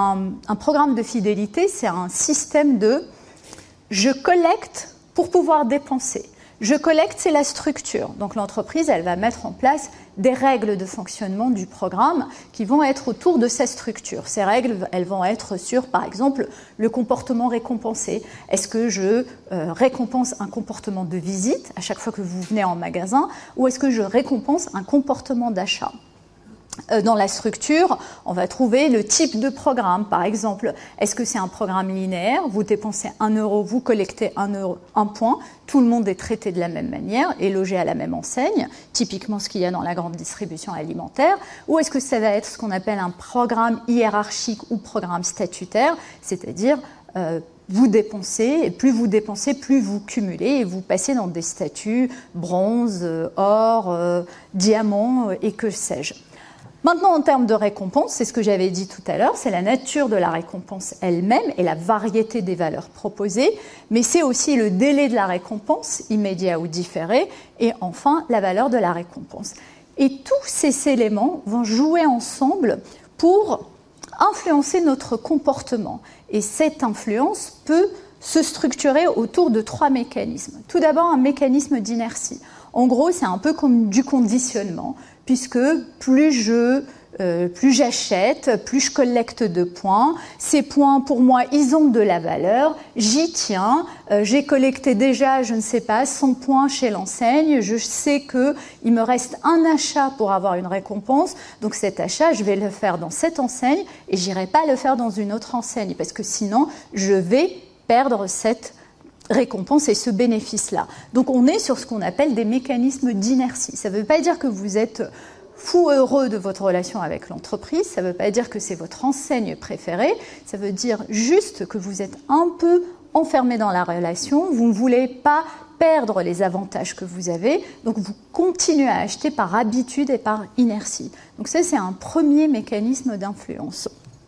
un programme de fidélité, c'est un système de « je collecte pour pouvoir dépenser ». Je collecte, c'est la structure. Donc l'entreprise, elle va mettre en place des règles de fonctionnement du programme qui vont être autour de sa structure. Ces règles, elles vont être sur, par exemple, le comportement récompensé. Est-ce que je euh, récompense un comportement de visite à chaque fois que vous venez en magasin ou est-ce que je récompense un comportement d'achat ? Dans la structure, on va trouver le type de programme. Par exemple, est-ce que c'est un programme linéaire? Vous dépensez un euro, vous collectez un euro, un point. Tout le monde est traité de la même manière et logé à la même enseigne, typiquement ce qu'il y a dans la grande distribution alimentaire. Ou est-ce que ça va être ce qu'on appelle un programme hiérarchique ou programme statutaire, c'est-à-dire euh, vous dépensez, et plus vous dépensez, plus vous cumulez, et vous passez dans des statuts bronze, or, euh, diamant et que sais-je. Maintenant, en termes de récompense, c'est ce que j'avais dit tout à l'heure, c'est la nature de la récompense elle-même et la variété des valeurs proposées, mais c'est aussi le délai de la récompense, immédiat ou différé, et enfin la valeur de la récompense. Et tous ces éléments vont jouer ensemble pour influencer notre comportement. Et cette influence peut se structurer autour de trois mécanismes. Tout d'abord, un mécanisme d'inertie. En gros, c'est un peu comme du conditionnement, puisque plus je, euh, plus j'achète, plus je collecte de points. Ces points, pour moi, ils ont de la valeur. J'y tiens. Euh, j'ai collecté déjà, je ne sais pas, cent points chez l'enseigne. Je sais qu'il me reste un achat pour avoir une récompense. Donc cet achat, je vais le faire dans cette enseigne et je n'irai pas le faire dans une autre enseigne, parce que sinon, je vais perdre cette récompense et ce bénéfice-là. Donc on est sur ce qu'on appelle des mécanismes d'inertie. Ça ne veut pas dire que vous êtes fou heureux de votre relation avec l'entreprise, ça ne veut pas dire que c'est votre enseigne préférée, ça veut dire juste que vous êtes un peu enfermé dans la relation, vous ne voulez pas perdre les avantages que vous avez, donc vous continuez à acheter par habitude et par inertie. Donc ça, c'est un premier mécanisme d'influence.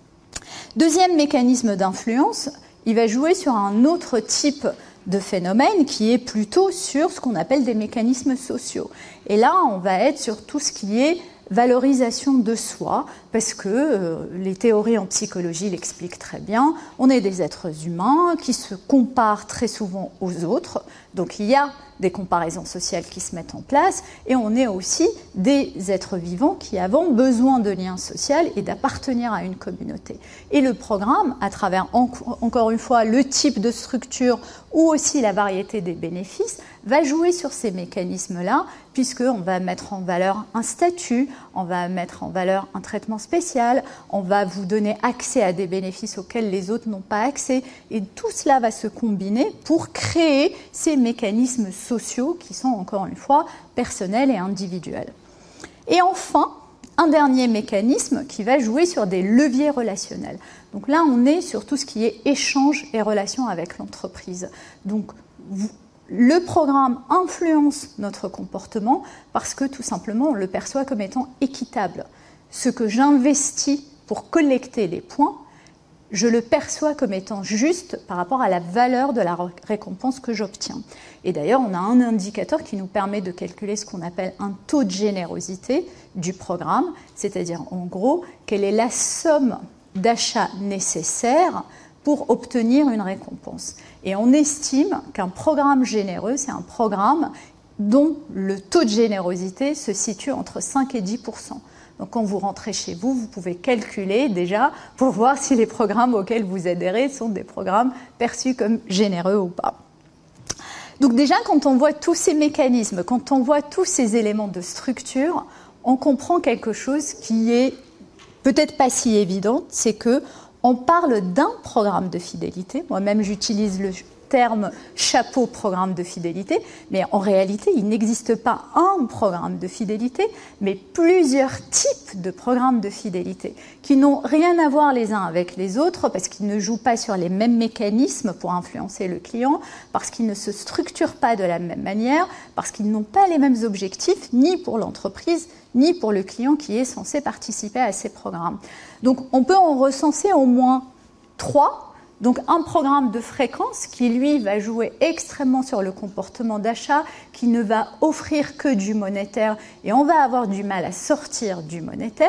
Deuxième mécanisme d'influence, il va jouer sur un autre type de phénomène qui est plutôt sur ce qu'on appelle des mécanismes sociaux. Et là, on va être sur tout ce qui est valorisation de soi, parce que euh, les théories en psychologie l'expliquent très bien. On est des êtres humains qui se comparent très souvent aux autres, donc il y a des comparaisons sociales qui se mettent en place, et on est aussi des êtres vivants qui avons besoin de liens sociaux et d'appartenir à une communauté. Et le programme, à travers en, encore une fois le type de structure ou aussi la variété des bénéfices, va jouer sur ces mécanismes-là, puisqu'on va mettre en valeur un statut, on va mettre en valeur un traitement spécial, on va vous donner accès à des bénéfices auxquels les autres n'ont pas accès, et tout cela va se combiner pour créer ces mécanismes sociaux qui sont encore une fois personnels et individuels. Et enfin, un dernier mécanisme qui va jouer sur des leviers relationnels. Donc là, on est sur tout ce qui est échange et relation avec l'entreprise. Donc, vous, le programme influence notre comportement parce que tout simplement, on le perçoit comme étant équitable. Ce que j'investis pour collecter les points, je le perçois comme étant juste par rapport à la valeur de la récompense que j'obtiens. Et d'ailleurs, on a un indicateur qui nous permet de calculer ce qu'on appelle un taux de générosité du programme, c'est-à-dire en gros, quelle est la somme d'achats nécessaire pour obtenir une récompense. Et on estime qu'un programme généreux, c'est un programme dont le taux de générosité se situe entre cinq et dix pour cent. Donc quand vous rentrez chez vous, vous pouvez calculer déjà pour voir si les programmes auxquels vous adhérez sont des programmes perçus comme généreux ou pas. Donc déjà, quand on voit tous ces mécanismes, quand on voit tous ces éléments de structure, on comprend quelque chose qui est peut-être pas si évident, c'est que on parle d'un programme de fidélité. Moi-même, j'utilise le terme chapeau programme de fidélité, mais en réalité, il n'existe pas un programme de fidélité, mais plusieurs types de programmes de fidélité qui n'ont rien à voir les uns avec les autres parce qu'ils ne jouent pas sur les mêmes mécanismes pour influencer le client, parce qu'ils ne se structurent pas de la même manière, parce qu'ils n'ont pas les mêmes objectifs, ni pour l'entreprise, ni pour le client qui est censé participer à ces programmes. Donc, on peut en recenser au moins trois. Donc, un programme de fréquence qui, lui, va jouer extrêmement sur le comportement d'achat, qui ne va offrir que du monétaire et on va avoir du mal à sortir du monétaire.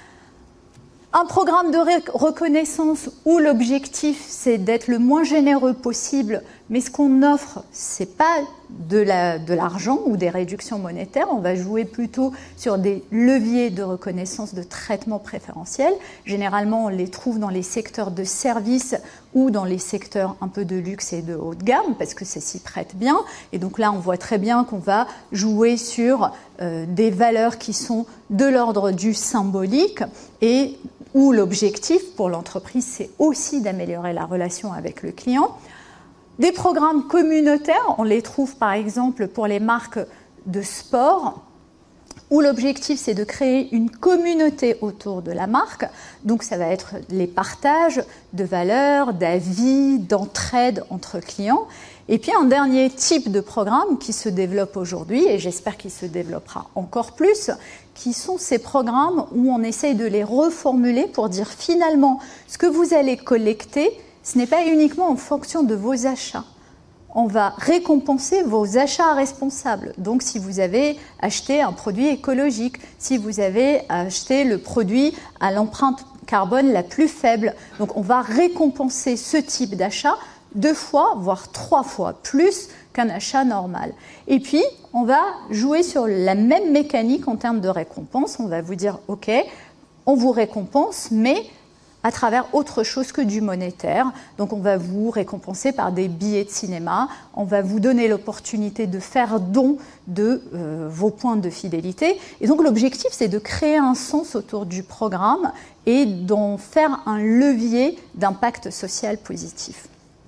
Un programme de reconnaissance où l'objectif, c'est d'être le moins généreux possible, mais ce qu'on offre, ce n'est pas de la, de l'argent ou des réductions monétaires. On va jouer plutôt sur des leviers de reconnaissance de traitement préférentiel. Généralement, on les trouve dans les secteurs de services ou dans les secteurs un peu de luxe et de haut de gamme, parce que ça s'y prête bien. Et donc là, on voit très bien qu'on va jouer sur euh, des valeurs qui sont de l'ordre du symbolique et où l'objectif pour l'entreprise, c'est aussi d'améliorer la relation avec le client. Des programmes communautaires, on les trouve par exemple pour les marques de sport, où l'objectif c'est de créer une communauté autour de la marque. Donc ça va être les partages de valeurs, d'avis, d'entraide entre clients. Et puis un dernier type de programme qui se développe aujourd'hui, et j'espère qu'il se développera encore plus, qui sont ces programmes où on essaye de les reformuler pour dire finalement ce que vous allez collecter, ce n'est pas uniquement en fonction de vos achats. On va récompenser vos achats responsables. Donc, si vous avez acheté un produit écologique, si vous avez acheté le produit à l'empreinte carbone la plus faible, donc on va récompenser ce type d'achat deux fois, voire trois fois plus qu'un achat normal. Et puis, on va jouer sur la même mécanique en termes de récompense. On va vous dire, OK, on vous récompense, mais à travers autre chose que du monétaire. Donc on va vous récompenser par des billets de cinéma, on va vous donner l'opportunité de faire don de euh, vos points de fidélité. Et donc l'objectif, c'est de créer un sens autour du programme et d'en faire un levier d'impact social positif.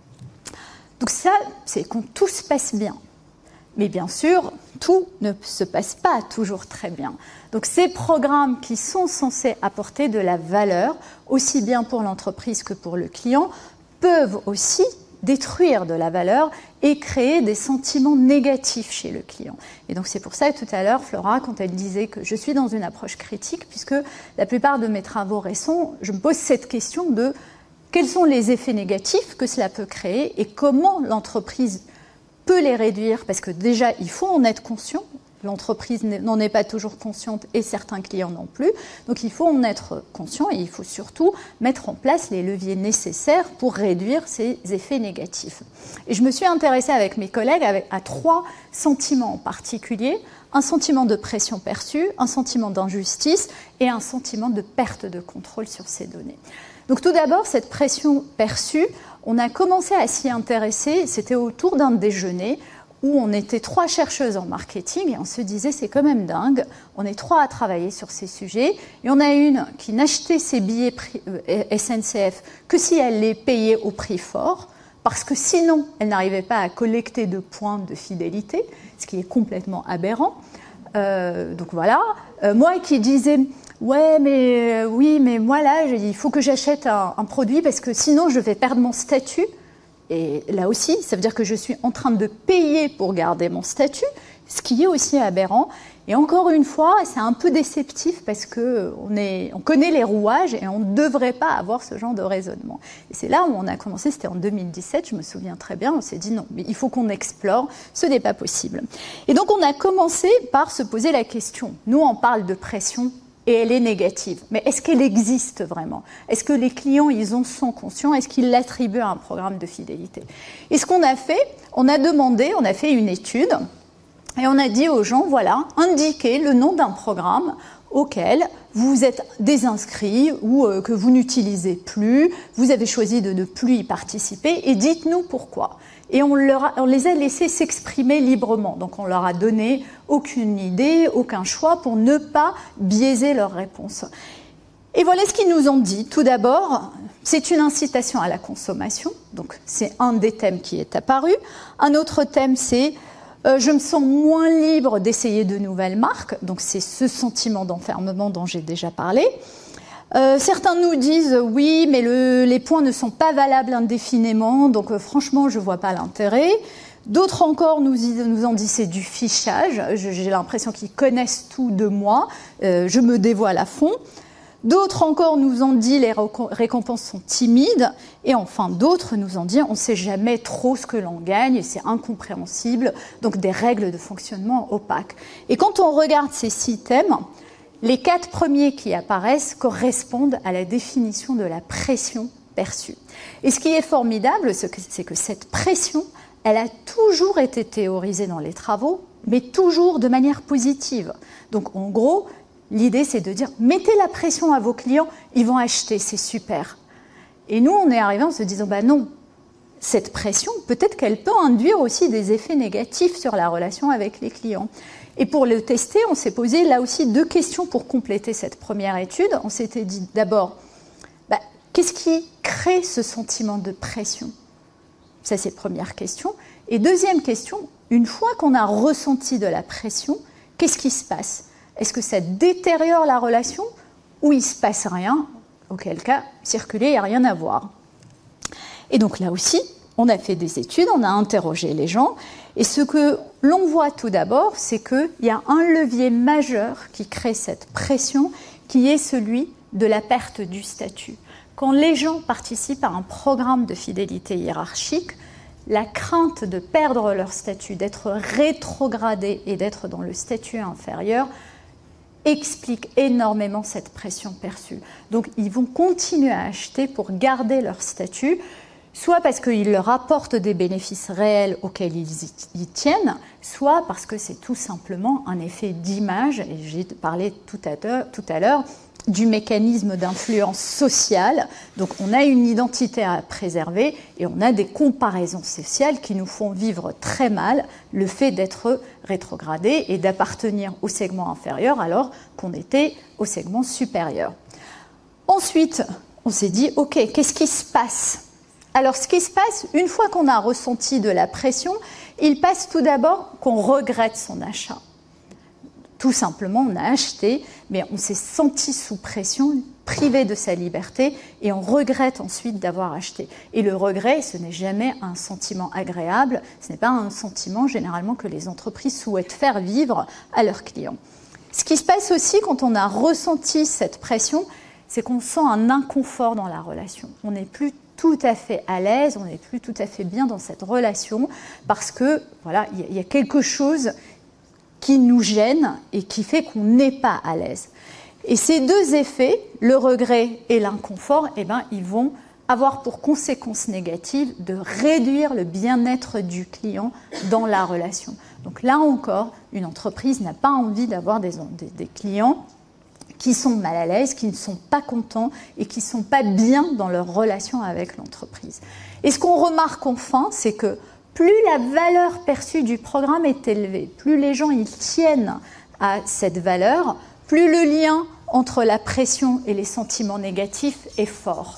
Donc ça, c'est quand tout se passe bien. Mais bien sûr, tout ne se passe pas toujours très bien. Donc ces programmes qui sont censés apporter de la valeur, aussi bien pour l'entreprise que pour le client, peuvent aussi détruire de la valeur et créer des sentiments négatifs chez le client. Et donc c'est pour ça, tout à l'heure, Flora, quand elle disait que je suis dans une approche critique, puisque la plupart de mes travaux récents, je me pose cette question de quels sont les effets négatifs que cela peut créer et comment l'entreprise peut les réduire, parce que déjà, il faut en être conscient. L'entreprise n'en est pas toujours consciente et certains clients non plus. Donc, il faut en être conscient et il faut surtout mettre en place les leviers nécessaires pour réduire ces effets négatifs. Et je me suis intéressée avec mes collègues avec, à trois sentiments en particulier. Un sentiment de pression perçue, un sentiment d'injustice et un sentiment de perte de contrôle sur ces données. Donc, tout d'abord, cette pression perçue, on a commencé à s'y intéresser, c'était autour d'un déjeuner où on était trois chercheuses en marketing et on se disait c'est quand même dingue, on est trois à travailler sur ces sujets et on a une qui n'achetait ses billets S N C F que si elle les payait au prix fort parce que sinon elle n'arrivait pas à collecter de points de fidélité, ce qui est complètement aberrant. Euh, donc voilà, euh, moi qui disais ouais, mais euh, oui, mais moi là, j'ai dit, il faut que j'achète un, un produit parce que sinon je vais perdre mon statut. Et là aussi, ça veut dire que je suis en train de payer pour garder mon statut. ce qui est aussi aberrant. Et encore une fois, c'est un peu déceptif parce qu'on est, on connaît les rouages et on ne devrait pas avoir ce genre de raisonnement. Et c'est là où on a commencé, c'était en deux mille dix-sept, je me souviens très bien, on s'est dit non, mais il faut qu'on explore, ce n'est pas possible. Et donc on a commencé par se poser la question, nous on parle de pression et elle est négative, mais est-ce qu'elle existe vraiment? Est-ce que les clients, ils en sont conscients? Est-ce qu'ils l'attribuent à un programme de fidélité? Et ce qu'on a fait, on a demandé, on a fait une étude, et on a dit aux gens, voilà, indiquez le nom d'un programme auquel vous êtes désinscrit ou euh, que vous n'utilisez plus, vous avez choisi de ne plus y participer, et dites-nous pourquoi. Et on, leur a, on les a laissés s'exprimer librement. Donc on leur a donné aucune idée, aucun choix pour ne pas biaiser leurs réponses. Et voilà ce qu'ils nous ont dit. Tout d'abord, c'est une incitation à la consommation. Donc c'est un des thèmes qui est apparu. Un autre thème, c'est Euh, je me sens moins libre d'essayer de nouvelles marques, donc c'est ce sentiment d'enfermement dont j'ai déjà parlé. Euh, certains nous disent oui, mais le, les points ne sont pas valables indéfiniment, donc euh, franchement je ne vois pas l'intérêt. D'autres encore nous, nous ont dit c'est du fichage, j'ai l'impression qu'ils connaissent tout de moi, euh, je me dévoile à fond. D'autres encore nous ont dit les récompenses sont timides. Et enfin, d'autres nous ont dit on ne sait jamais trop ce que l'on gagne, c'est incompréhensible, donc des règles de fonctionnement opaques. Et quand on regarde ces six thèmes, les quatre premiers qui apparaissent correspondent à la définition de la pression perçue. Et ce qui est formidable, c'est que, c'est que cette pression, elle a toujours été théorisée dans les travaux, mais toujours de manière positive. Donc en gros, l'idée, c'est de dire, mettez la pression à vos clients, ils vont acheter, c'est super. Et nous, on est arrivés en se disant, bah non, cette pression, peut-être qu'elle peut induire aussi des effets négatifs sur la relation avec les clients. Et pour le tester, on s'est posé là aussi deux questions pour compléter cette première étude. On s'était dit d'abord, bah, qu'est-ce qui crée ce sentiment de pression? Ça, c'est la première question. Et deuxième question, une fois qu'on a ressenti de la pression, qu'est-ce qui se passe? Est-ce que ça détériore la relation ou il ne se passe rien? Auquel cas, circuler, il n'y a rien à voir. Et donc là aussi, on a fait des études, on a interrogé les gens. Et ce que l'on voit tout d'abord, c'est qu'il y a un levier majeur qui crée cette pression, qui est celui de la perte du statut. Quand les gens participent à un programme de fidélité hiérarchique, la crainte de perdre leur statut, d'être rétrogradé et d'être dans le statut inférieur, explique énormément cette pression perçue. Donc, ils vont continuer à acheter pour garder leur statut, soit parce qu'il leur apporte des bénéfices réels auxquels ils y tiennent, soit parce que c'est tout simplement un effet d'image, et j'ai parlé tout à l'heure du mécanisme d'influence sociale. Donc on a une identité à préserver et on a des comparaisons sociales qui nous font vivre très mal le fait d'être rétrogradé et d'appartenir au segment inférieur alors qu'on était au segment supérieur. Ensuite, on s'est dit, ok, qu'est-ce qui se passe? Alors ce qui se passe, une fois qu'on a ressenti de la pression, il passe tout d'abord qu'on regrette son achat. Tout simplement, on a acheté, mais on s'est senti sous pression, privé de sa liberté, et on regrette ensuite d'avoir acheté. Et le regret, ce n'est jamais un sentiment agréable, ce n'est pas un sentiment généralement que les entreprises souhaitent faire vivre à leurs clients. Ce qui se passe aussi quand on a ressenti cette pression, c'est qu'on sent un inconfort dans la relation. On n'est plus tout à fait à l'aise, on n'est plus tout à fait bien dans cette relation, parce que voilà, il y a quelque chose qui nous gêne et qui fait qu'on n'est pas à l'aise. Et ces deux effets, le regret et l'inconfort, eh ben, ils vont avoir pour conséquence négative de réduire le bien-être du client dans la relation. Donc là encore, une entreprise n'a pas envie d'avoir des, des, des clients qui sont mal à l'aise, qui ne sont pas contents et qui ne sont pas bien dans leur relation avec l'entreprise. Et ce qu'on remarque enfin, c'est que plus la valeur perçue du programme est élevée, plus les gens y tiennent à cette valeur, plus le lien entre la pression et les sentiments négatifs est fort.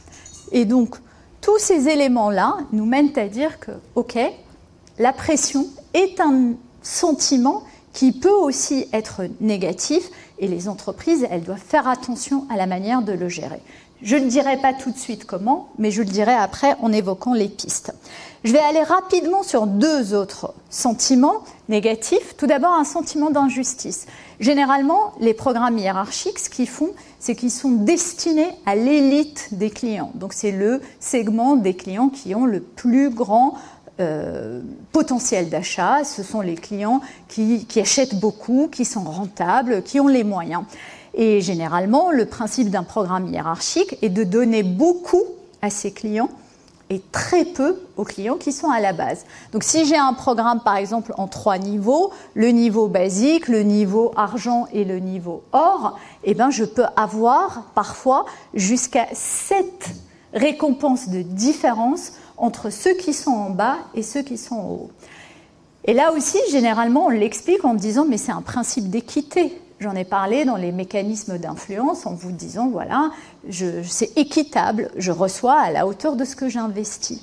Et donc, tous ces éléments-là nous mènent à dire que, ok, la pression est un sentiment qui peut aussi être négatif et les entreprises, elles doivent faire attention à la manière de le gérer. Je ne dirai pas tout de suite comment, mais je le dirai après en évoquant les pistes. Je vais aller rapidement sur deux autres sentiments négatifs. Tout d'abord, un sentiment d'injustice. Généralement, les programmes hiérarchiques, ce qu'ils font, c'est qu'ils sont destinés à l'élite des clients. Donc, c'est le segment des clients qui ont le plus grand euh, potentiel d'achat. Ce sont les clients qui, qui achètent beaucoup, qui sont rentables, qui ont les moyens. Et généralement, le principe d'un programme hiérarchique est de donner beaucoup à ses clients et très peu aux clients qui sont à la base. Donc si j'ai un programme par exemple en trois niveaux, le niveau basique, le niveau argent et le niveau or, eh ben, je peux avoir parfois jusqu'à sept récompenses de différence entre ceux qui sont en bas et ceux qui sont en haut. Et là aussi, généralement, on l'explique en disant mais c'est un principe d'équité. J'en ai parlé dans les mécanismes d'influence en vous disant, voilà, je, c'est équitable, je reçois à la hauteur de ce que j'investis.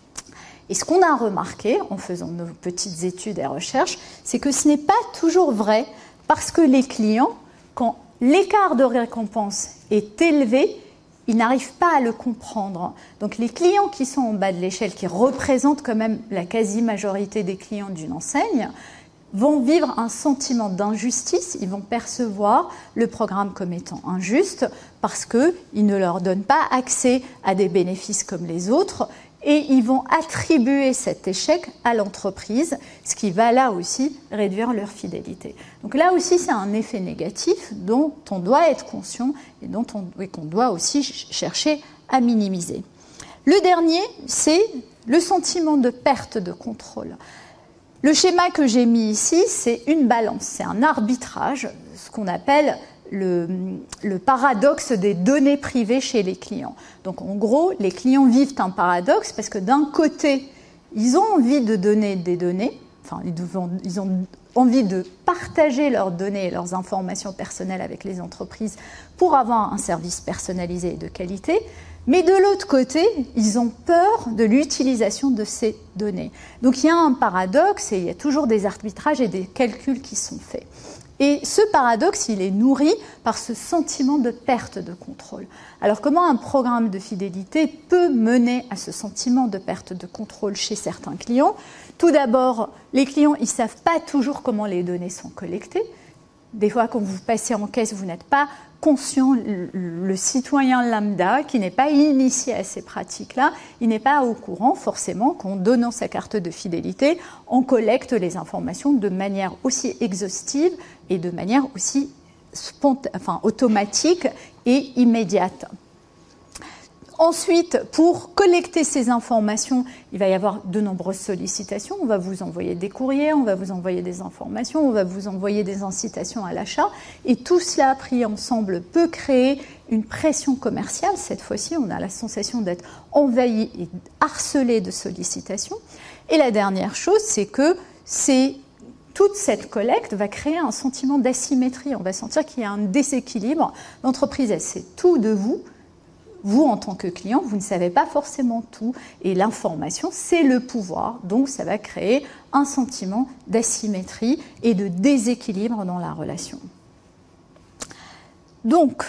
Et ce qu'on a remarqué en faisant nos petites études et recherches, c'est que ce n'est pas toujours vrai parce que les clients, quand l'écart de récompense est élevé, ils n'arrivent pas à le comprendre. Donc les clients qui sont en bas de l'échelle, qui représentent quand même la quasi-majorité des clients d'une enseigne, vont vivre un sentiment d'injustice, ils vont percevoir le programme comme étant injuste parce qu'il ne leur donne pas accès à des bénéfices comme les autres et ils vont attribuer cet échec à l'entreprise, ce qui va là aussi réduire leur fidélité. Donc là aussi, c'est un effet négatif dont on doit être conscient et dont on, et qu'on doit aussi chercher à minimiser. Le dernier, c'est le sentiment de perte de contrôle. Le schéma que j'ai mis ici, c'est une balance, c'est un arbitrage, ce qu'on appelle le, le paradoxe des données privées chez les clients. Donc en gros, les clients vivent un paradoxe parce que d'un côté, ils ont envie de donner des données, enfin ils ont envie de partager leurs données et leurs informations personnelles avec les entreprises pour avoir un service personnalisé et de qualité. Mais de l'autre côté, ils ont peur de l'utilisation de ces données. Donc il y a un paradoxe et il y a toujours des arbitrages et des calculs qui sont faits. Et ce paradoxe, il est nourri par ce sentiment de perte de contrôle. Alors comment un programme de fidélité peut mener à ce sentiment de perte de contrôle chez certains clients? Tout d'abord, les clients, ils ne savent pas toujours comment les données sont collectées. Des fois, quand vous passez en caisse, vous n'êtes pas conscient, le citoyen lambda qui n'est pas initié à ces pratiques-là, il n'est pas au courant forcément qu'en donnant sa carte de fidélité, on collecte les informations de manière aussi exhaustive et de manière aussi spont- enfin, automatique et immédiate. Ensuite, pour collecter ces informations, il va y avoir de nombreuses sollicitations. On va vous envoyer des courriers, on va vous envoyer des informations, on va vous envoyer des incitations à l'achat. Et tout cela pris ensemble peut créer une pression commerciale. Cette fois-ci, on a la sensation d'être envahi et harcelé de sollicitations. Et la dernière chose, c'est que c'est toute cette collecte va créer un sentiment d'asymétrie. On va sentir qu'il y a un déséquilibre. L'entreprise, elle sait tout de vous. Vous, en tant que client, vous ne savez pas forcément tout. Et l'information, c'est le pouvoir. Donc, ça va créer un sentiment d'asymétrie et de déséquilibre dans la relation. Donc,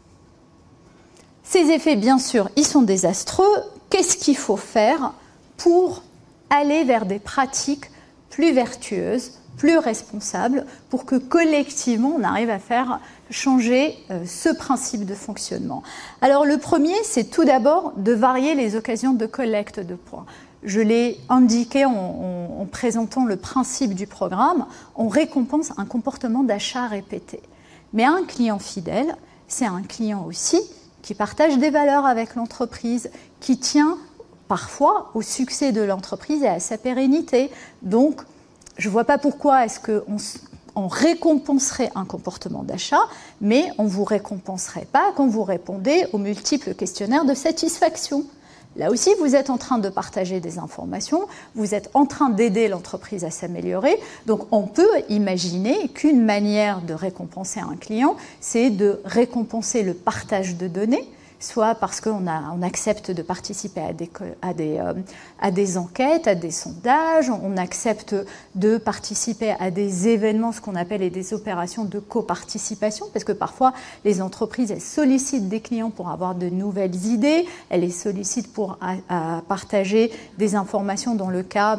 ces effets, bien sûr, ils sont désastreux. Qu'est-ce qu'il faut faire pour aller vers des pratiques plus vertueuses, plus responsables, pour que collectivement, on arrive à faire changer euh, ce principe de fonctionnement. Alors le premier, c'est tout d'abord de varier les occasions de collecte de points. Je l'ai indiqué en, en, en présentant le principe du programme, on récompense un comportement d'achat répété. Mais un client fidèle, c'est un client aussi qui partage des valeurs avec l'entreprise, qui tient parfois au succès de l'entreprise et à sa pérennité. Donc, je ne vois pas pourquoi est-ce qu'on on récompenserait un comportement d'achat, mais on ne vous récompenserait pas quand vous répondez aux multiples questionnaires de satisfaction. Là aussi, vous êtes en train de partager des informations, vous êtes en train d'aider l'entreprise à s'améliorer. Donc, on peut imaginer qu'une manière de récompenser un client, c'est de récompenser le partage de données, soit parce qu'on on accepte de participer à des, à, des, euh, à des enquêtes, à des sondages, on accepte de participer à des événements, ce qu'on appelle des opérations de coparticipation, parce que parfois les entreprises elles sollicitent des clients pour avoir de nouvelles idées, elles les sollicitent pour à, à partager des informations dans le cas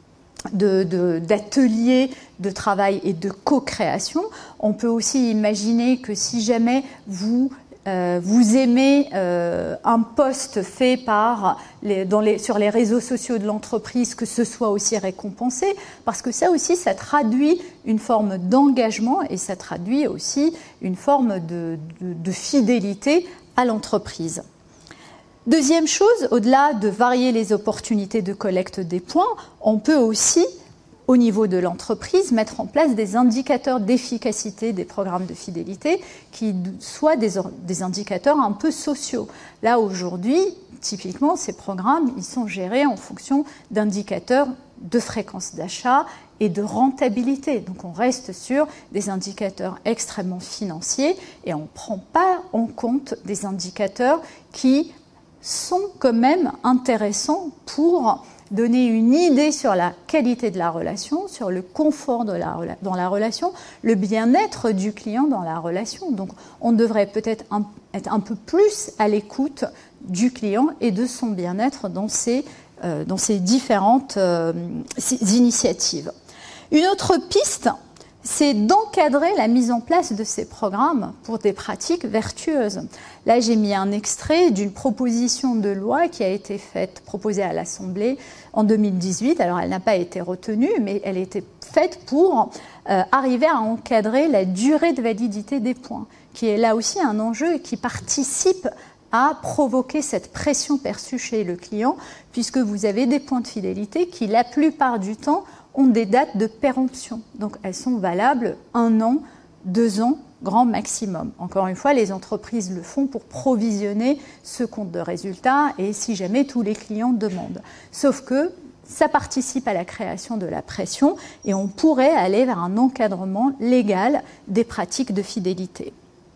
De, de, d'ateliers de travail et de co-création. On peut aussi imaginer que si jamais vous, euh, vous aimez euh, un post fait par les, dans les, sur les réseaux sociaux de l'entreprise, que ce soit aussi récompensé, parce que ça aussi, ça traduit une forme d'engagement et ça traduit aussi une forme de, de, de fidélité à l'entreprise. Deuxième chose, au-delà de varier les opportunités de collecte des points, on peut aussi, au niveau de l'entreprise, mettre en place des indicateurs d'efficacité des programmes de fidélité qui soient des, des indicateurs un peu sociaux. Là, aujourd'hui, typiquement, ces programmes, ils sont gérés en fonction d'indicateurs de fréquence d'achat et de rentabilité. Donc, on reste sur des indicateurs extrêmement financiers et on ne prend pas en compte des indicateurs qui sont quand même intéressants pour donner une idée sur la qualité de la relation, sur le confort de la, dans la relation, le bien-être du client dans la relation. Donc, on devrait peut-être un, être un peu plus à l'écoute du client et de son bien-être dans ces, euh, dans ces différentes euh, ces initiatives. Une autre piste, c'est d'encadrer la mise en place de ces programmes pour des pratiques vertueuses. Là, j'ai mis un extrait d'une proposition de loi qui a été faite, proposée à l'Assemblée en deux mille dix-huit. Alors, elle n'a pas été retenue, mais elle a été faite pour euh, arriver à encadrer la durée de validité des points, qui est là aussi un enjeu qui participe à provoquer cette pression perçue chez le client, puisque vous avez des points de fidélité qui, la plupart du temps, ont des dates de péremption. Donc, elles sont valables un an, deux ans, grand maximum. Encore une fois, les entreprises le font pour provisionner ce compte de résultats et si jamais tous les clients demandent. Sauf que ça participe à la création de la pression et on pourrait aller vers un encadrement légal des pratiques de fidélité.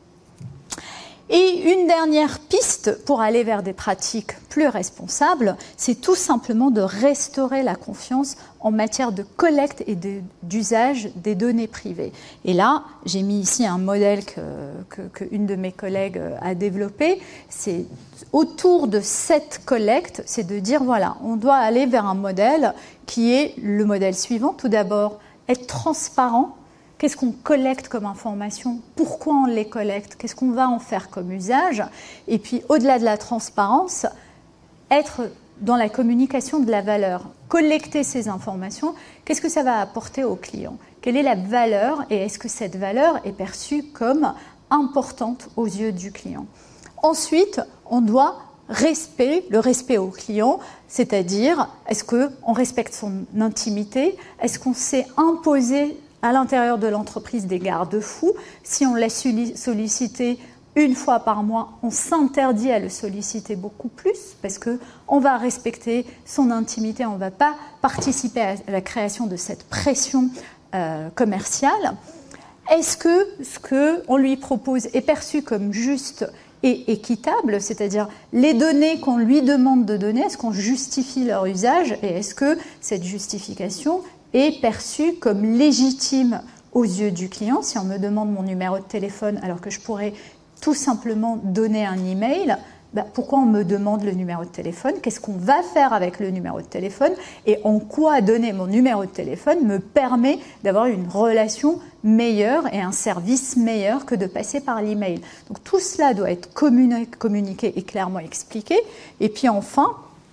Et une dernière piste pour aller vers des pratiques plus responsables, c'est tout simplement de restaurer la confiance en matière de collecte et de, d'usage des données privées. Et là, j'ai mis ici un modèle que, que, que une de mes collègues a développé. C'est autour de cette collecte, c'est de dire voilà, on doit aller vers un modèle qui est le modèle suivant. Tout d'abord, être transparent. Qu'est-ce qu'on collecte comme information? Pourquoi on les collecte? Qu'est-ce qu'on va en faire comme usage? Et puis, au-delà de la transparence, être dans la communication de la valeur. Collecter ces informations, qu'est-ce que ça va apporter au client? Quelle est la valeur et est-ce que cette valeur est perçue comme importante aux yeux du client? Ensuite, on doit respect, le respect au client, c'est-à-dire est-ce qu'on respecte son intimité? Est-ce qu'on sait imposer à l'intérieur de l'entreprise des garde-fous? Si on l'a sollicité une fois par mois, on s'interdit à le solliciter beaucoup plus parce qu'on va respecter son intimité, on ne va pas participer à la création de cette pression euh, commerciale. Est-ce que ce qu'on lui propose est perçu comme juste et équitable, c'est-à-dire les données qu'on lui demande de donner, est-ce qu'on justifie leur usage et est-ce que cette justification est perçue comme légitime aux yeux du client? Si on me demande mon numéro de téléphone alors que je pourrais tout simplement donner un email, bah pourquoi on me demande le numéro de téléphone? Qu'est-ce qu'on va faire avec le numéro de téléphone? Et en quoi donner mon numéro de téléphone me permet d'avoir une relation meilleure et un service meilleur que de passer par l'email? Donc tout cela doit être communiqué et clairement expliqué. Et puis enfin,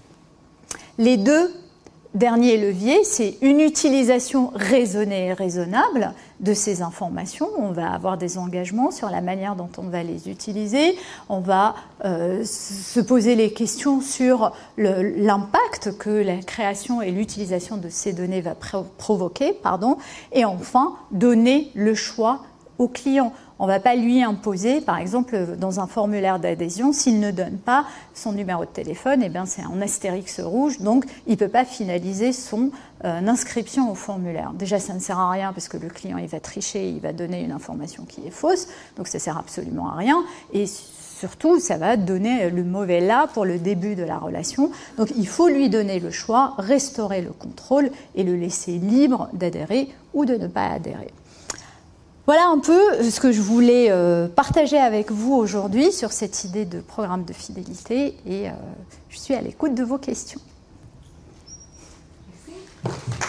les deux dernier levier, c'est une utilisation raisonnée et raisonnable de ces informations. On va avoir des engagements sur la manière dont on va les utiliser. On va euh, se poser les questions sur le, l'impact que la création et l'utilisation de ces données va pro- provoquer. Pardon. Et enfin, donner le choix au client. On ne va pas lui imposer, par exemple, dans un formulaire d'adhésion, s'il ne donne pas son numéro de téléphone, eh bien c'est un astérix rouge, donc il ne peut pas finaliser son euh, inscription au formulaire. Déjà, ça ne sert à rien parce que le client il va tricher, il va donner une information qui est fausse, donc ça ne sert absolument à rien. Et surtout, ça va donner le mauvais là pour le début de la relation. Donc il faut lui donner le choix, restaurer le contrôle et le laisser libre d'adhérer ou de ne pas adhérer. Voilà un peu ce que je voulais partager avec vous aujourd'hui sur cette idée de programme de fidélité, et je suis à l'écoute de vos questions. Merci.